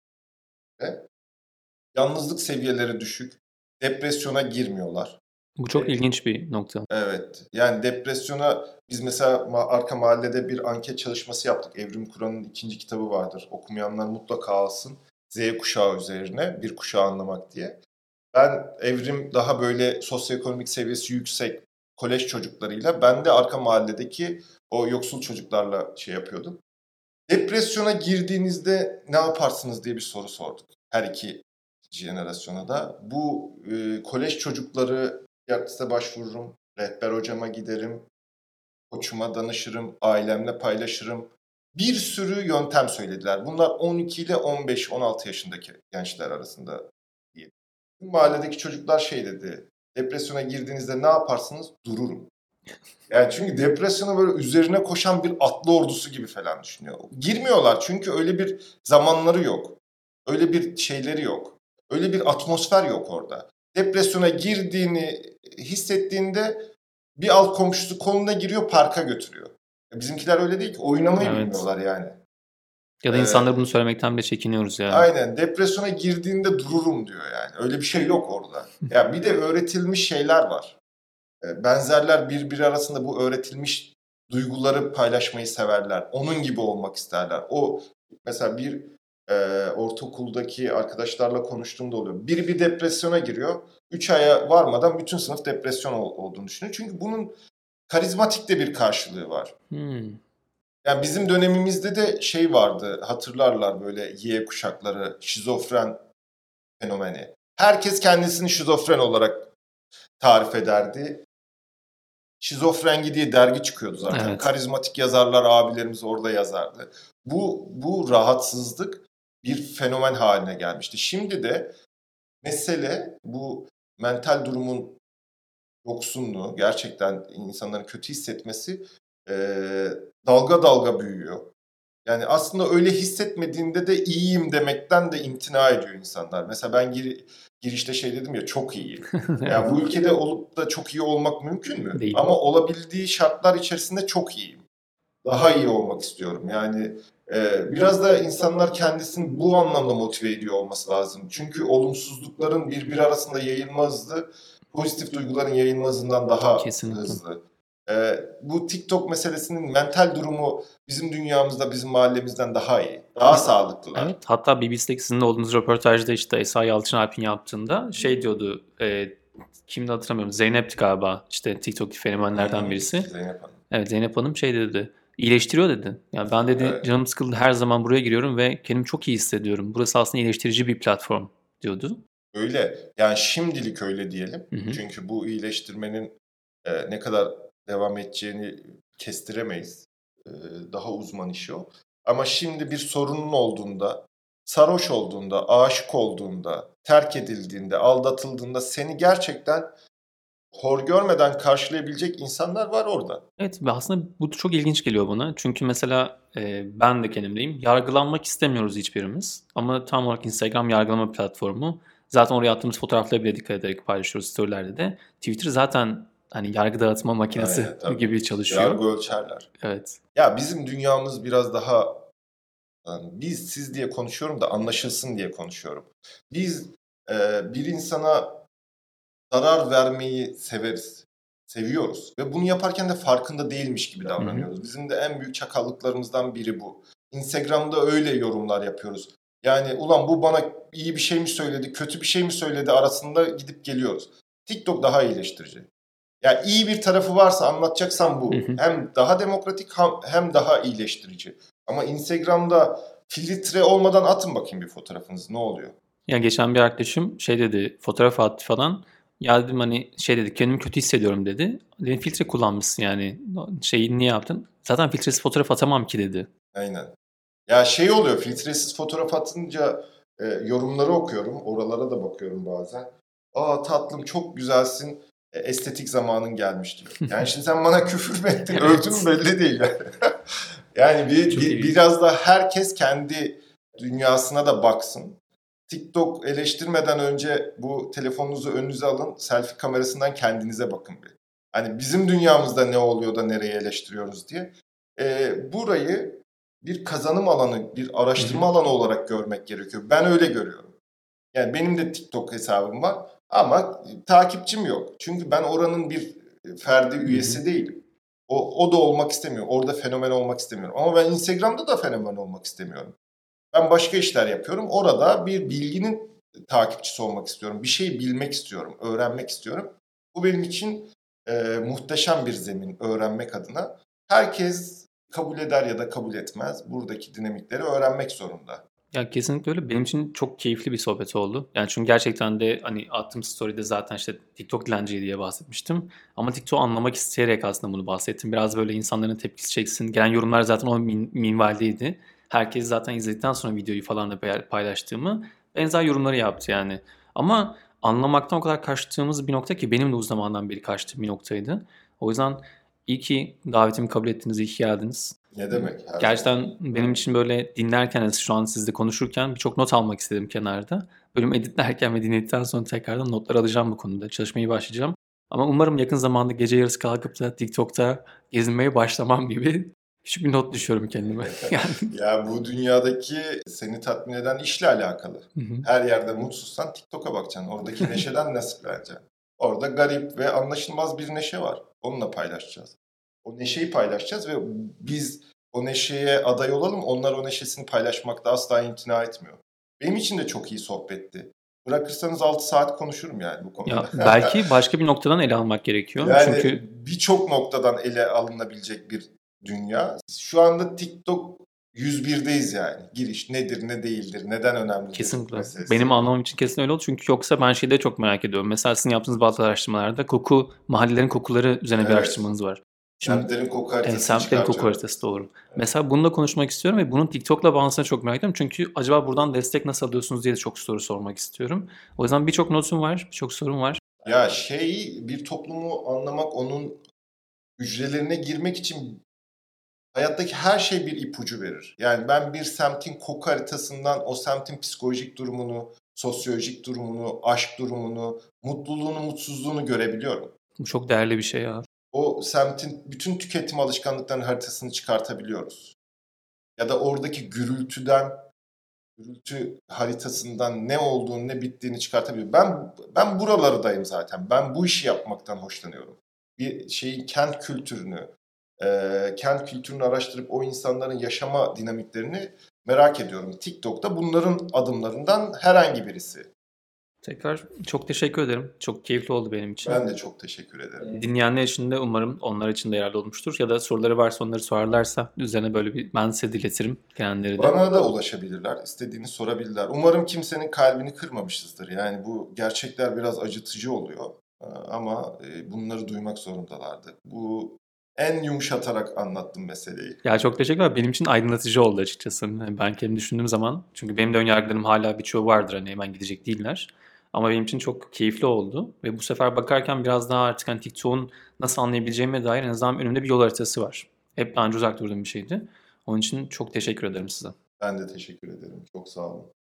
S1: Yalnızlık seviyeleri düşük, depresyona girmiyorlar.
S4: Bu çok ilginç bir nokta.
S1: Evet, yani depresyona biz mesela arka mahallede bir anket çalışması yaptık. Evrim Kur'an'ın 2. kitabı vardır. Okumayanlar mutlaka alsın. Z kuşağı üzerine, bir kuşağı anlamak diye. Ben Evrim daha böyle sosyoekonomik seviyesi yüksek kolej çocuklarıyla, ben de arka mahalledeki o yoksul çocuklarla şey yapıyordum. Depresyona girdiğinizde ne yaparsınız diye bir soru sorduk. Her iki jenerasyona da. Bu kolej çocukları size başvururum, rehber hocama giderim, koçuma danışırım, ailemle paylaşırım. Bir sürü yöntem söylediler. Bunlar 12 ile 15-16 yaşındaki gençler arasında diye. Mahalledeki çocuklar şey dedi, depresyona girdiğinizde ne yaparsınız? Dururum. Yani çünkü depresyona böyle üzerine koşan bir atlı ordusu gibi falan düşünüyor. Girmiyorlar çünkü öyle bir zamanları yok. Öyle bir şeyleri yok. Öyle bir atmosfer yok orada. Depresyona girdiğini hissettiğinde bir alt komşusu koluna giriyor, parka götürüyor. Bizimkiler öyle değil ki, oynamayı bilmiyorlar yani.
S4: Ya da insanlar bunu söylemekten bile çekiniyoruz yani.
S1: Aynen, depresyona girdiğinde dururum diyor yani. Öyle bir şey yok orada. Ya bir de öğretilmiş şeyler var. Benzerler birbiri arasında bu öğretilmiş duyguları paylaşmayı severler. Onun gibi olmak isterler. O mesela bir ortaokuldaki arkadaşlarla konuştuğumda oluyor. Biri bir depresyona giriyor. 3 aya varmadan bütün sınıf depresyon olduğunu düşünüyor. Çünkü bunun karizmatik de bir karşılığı var. Yani bizim dönemimizde de şey vardı, hatırlarlar böyle Y kuşakları, şizofren fenomeni. Herkes kendisini şizofren olarak tarif ederdi. Şizofrengi diye dergi çıkıyordu zaten.
S4: Evet.
S1: Karizmatik yazarlar, abilerimiz orada yazardı. Bu rahatsızlık bir fenomen haline gelmişti. Şimdi de mesele bu mental durumun yoksunluğu, gerçekten insanların kötü hissetmesi dalga dalga büyüyor. Yani aslında öyle hissetmediğinde de iyiyim demekten de imtina ediyor insanlar. Mesela ben girişte şey dedim ya, çok iyiyim. Yani bu ülkede olup da çok iyi olmak mümkün mü?
S4: Değil.
S1: Ama olabildiği şartlar içerisinde çok iyiyim. Daha iyi olmak istiyorum. Yani Biraz da insanlar kendisini bu anlamda motive ediyor olması lazım. Çünkü olumsuzlukların birbiri arasında yayılma hızı pozitif duyguların yayılma hızından daha
S4: Kesinlikle.
S1: hızlı. Bu TikTok meselesinin mental durumu bizim dünyamızda, bizim mahallemizden daha iyi. Daha sağlıklılar.
S4: Evet, hatta BBC'deki sizin olduğunuz röportajda işte Esra Yalçın yaptığında şey diyordu, kimdi hatırlamıyorum, Zeynep'ti galiba, işte TikTok'taki fenomenlerden birisi.
S1: Zeynep Hanım.
S4: Evet, Zeynep Hanım şey dedi, iyileştiriyor dedi. Yani ben dedi
S1: Evet.
S4: canım sıkıldı, her zaman buraya giriyorum ve kendimi çok iyi hissediyorum. Burası aslında iyileştirici bir platform diyordu.
S1: Öyle. Yani şimdilik öyle diyelim.
S4: Hı hı.
S1: Çünkü bu iyileştirmenin ne kadar devam edeceğini kestiremeyiz. Daha uzman işi o. Ama şimdi bir sorunun olduğunda, sarhoş olduğunda, aşık olduğunda, terk edildiğinde, aldatıldığında seni gerçekten hor görmeden karşılayabilecek insanlar var orada.
S4: Evet ve aslında bu çok ilginç geliyor bana. Çünkü mesela ben de kendimdeyim. Yargılanmak istemiyoruz hiçbirimiz. Ama tam olarak Instagram yargılama platformu. Zaten oraya attığımız fotoğraflara bile dikkat ederek paylaşıyoruz storylerde de. Twitter zaten hani yargı dağıtma makinesi
S1: Aynen, tabii.
S4: gibi çalışıyor.
S1: Yargı ölçerler.
S4: Evet.
S1: Ya bizim dünyamız biraz daha, yani biz siz diye konuşuyorum da anlaşılsın diye konuşuyorum. Biz bir insana zarar vermeyi severiz. Seviyoruz. Ve bunu yaparken de farkında değilmiş gibi davranıyoruz. Bizim de en büyük çakallıklarımızdan biri bu. Instagram'da öyle yorumlar yapıyoruz. Yani ulan bu bana iyi bir şey mi söyledi, kötü bir şey mi söyledi arasında gidip geliyoruz. TikTok daha iyileştirici. Yani iyi bir tarafı varsa anlatacaksan bu. Hem daha demokratik hem daha iyileştirici. Ama Instagram'da filtre olmadan atın bakayım bir fotoğrafınızı, ne oluyor?
S4: Ya geçen bir arkadaşım şey dedi, fotoğraf attı falan. Ya dedim hani şey dedi, kendimi kötü hissediyorum dedi. Dedim filtre kullanmışsın yani. Şeyi niye yaptın? Zaten filtresiz fotoğraf atamam ki dedi.
S1: Aynen. Ya şey oluyor, filtresiz fotoğraf atınca yorumları okuyorum. Oralara da bakıyorum bazen. Aa tatlım çok güzelsin. Estetik zamanın gelmiş diyor. Yani şimdi sen bana küfür mü ettin, övdün mü belli değil yani. Yani biraz da herkes kendi dünyasına da baksın. TikTok eleştirmeden önce bu telefonunuzu önünüze alın, selfie kamerasından kendinize bakın bir. Hani bizim dünyamızda ne oluyor da nereye eleştiriyoruz diye. Burayı bir kazanım alanı, bir araştırma alanı olarak görmek gerekiyor. Ben öyle görüyorum. Yani benim de TikTok hesabım var ama takipçim yok. Çünkü ben oranın bir ferdi üyesi değilim. O da olmak istemiyorum. Orada fenomen olmak istemiyorum. Ama ben Instagram'da da fenomen olmak istemiyorum. Ben başka işler yapıyorum. Orada bir bilginin takipçisi olmak istiyorum. Bir şeyi bilmek istiyorum, öğrenmek istiyorum. Bu benim için muhteşem bir zemin öğrenmek adına. Herkes kabul eder ya da kabul etmez. Buradaki dinamikleri öğrenmek zorunda.
S4: Ya kesinlikle öyle. Benim için çok keyifli bir sohbet oldu. Yani çünkü gerçekten de hani attığım story'de zaten işte TikTok dilenciyi diye bahsetmiştim. Ama TikTok'u anlamak isteyerek aslında bunu bahsettim. Biraz böyle insanların tepkisi çeksin. Gelen yorumlar zaten o minvaldeydi. Herkes zaten izledikten sonra videoyu falan da paylaştığımı benzer yorumları yaptı yani. Ama anlamaktan o kadar kaçtığımız bir nokta ki benim de uzun zamandan beri kaçtığım bir noktaydı. O yüzden iyi ki davetimi kabul ettiniz, iyi ki geldiniz.
S1: Ne demek? Her
S4: Gerçekten
S1: zaman.
S4: benim için böyle dinlerken, şu an sizle konuşurken birçok not almak istedim kenarda. Bölüm editlerken ve dinledikten sonra tekrardan notlar alacağım bu konuda. Çalışmaya başlayacağım. Ama umarım yakın zamanda gece yarısı kalkıp da TikTok'ta gezinmeye başlamam gibi küçük bir not düşüyorum kendime. Yani.
S1: Ya bu dünyadaki seni tatmin eden işle alakalı. Her yerde mutsuzsan TikTok'a bakacaksın. Oradaki neşeden nasipleneceksin. Orada garip ve anlaşılmaz bir neşe var. Onunla paylaşacağız. O neşeyi paylaşacağız ve biz o neşeye aday olalım. Onlar o neşesini paylaşmakta asla imtina etmiyor. Benim için de çok iyi sohbetti. Bırakırsanız 6 saat konuşurum yani bu konuda.
S4: Ya belki başka bir noktadan ele almak gerekiyor.
S1: Yani
S4: Çünkü
S1: birçok noktadan ele alınabilecek bir dünya. Şu anda TikTok 101'deyiz yani. Giriş nedir, ne değildir, neden önemlidir?
S4: kesinlikle.
S1: meselesi.
S4: Benim anlamam için kesin öyle oldu. Çünkü yoksa ben şeyde çok merak ediyorum. Mesela sizin yaptığınız bazı araştırmalarda mahallelerin kokuları üzerine bir
S1: Evet.
S4: araştırmanız var. Şimdi
S1: Semtlerin koku haritasını
S4: semtlerin koku
S1: çıkartıyorum.
S4: haritası doğru. Mesela bununla konuşmak istiyorum ve bunun TikTok'la bağlantısını çok merak ediyorum. Çünkü acaba buradan destek nasıl alıyorsunuz diye de çok soru sormak istiyorum. O yüzden birçok notum var, birçok sorum var.
S1: Ya bir toplumu anlamak, onun hücrelerine girmek için hayattaki her şey bir ipucu verir. Yani ben bir semtin koku haritasından o semtin psikolojik durumunu, sosyolojik durumunu, aşk durumunu, mutluluğunu, mutsuzluğunu görebiliyorum.
S4: Bu çok değerli bir şey ya.
S1: O semtin bütün tüketim alışkanlıklarının haritasını çıkartabiliyoruz. ya da oradaki gürültü haritasından ne olduğunu ne bittiğini çıkartabiliyor. Ben buralardayım zaten. Ben bu işi yapmaktan hoşlanıyorum. Bir şeyin kent kültürünü araştırıp o insanların yaşama dinamiklerini merak ediyorum. TikTok'ta bunların adımlarından herhangi birisi.
S4: Tekrar çok teşekkür ederim. Çok keyifli oldu benim için.
S1: Ben de çok teşekkür ederim.
S4: Dinleyenler için de umarım onlar için de yararlı olmuştur. Ya da soruları varsa onları sorarlarsa üzerine ben size diletirim kendileri de.
S1: Bana da ulaşabilirler, istediğini sorabilirler. Umarım kimsenin kalbini kırmamışızdır. Yani bu gerçekler biraz acıtıcı oluyor. Ama bunları duymak zorundalardı. Bu en yumuşatarak anlattım meseleyi.
S4: Ya çok teşekkürler. Benim için aydınlatıcı oldu açıkçası. Ben kendim düşündüğüm zaman. Çünkü benim de önyargılarım hala birçoğu vardır. Hani hemen gidecek değiller. Ama benim için çok keyifli oldu. Ve bu sefer bakarken biraz daha artık hani TikTok'un nasıl anlayabileceğime dair en azından önümde bir yol haritası var. Hep daha önce uzak durduğum bir şeydi. Onun için çok teşekkür ederim size.
S1: Ben de teşekkür ederim. Çok sağ olun.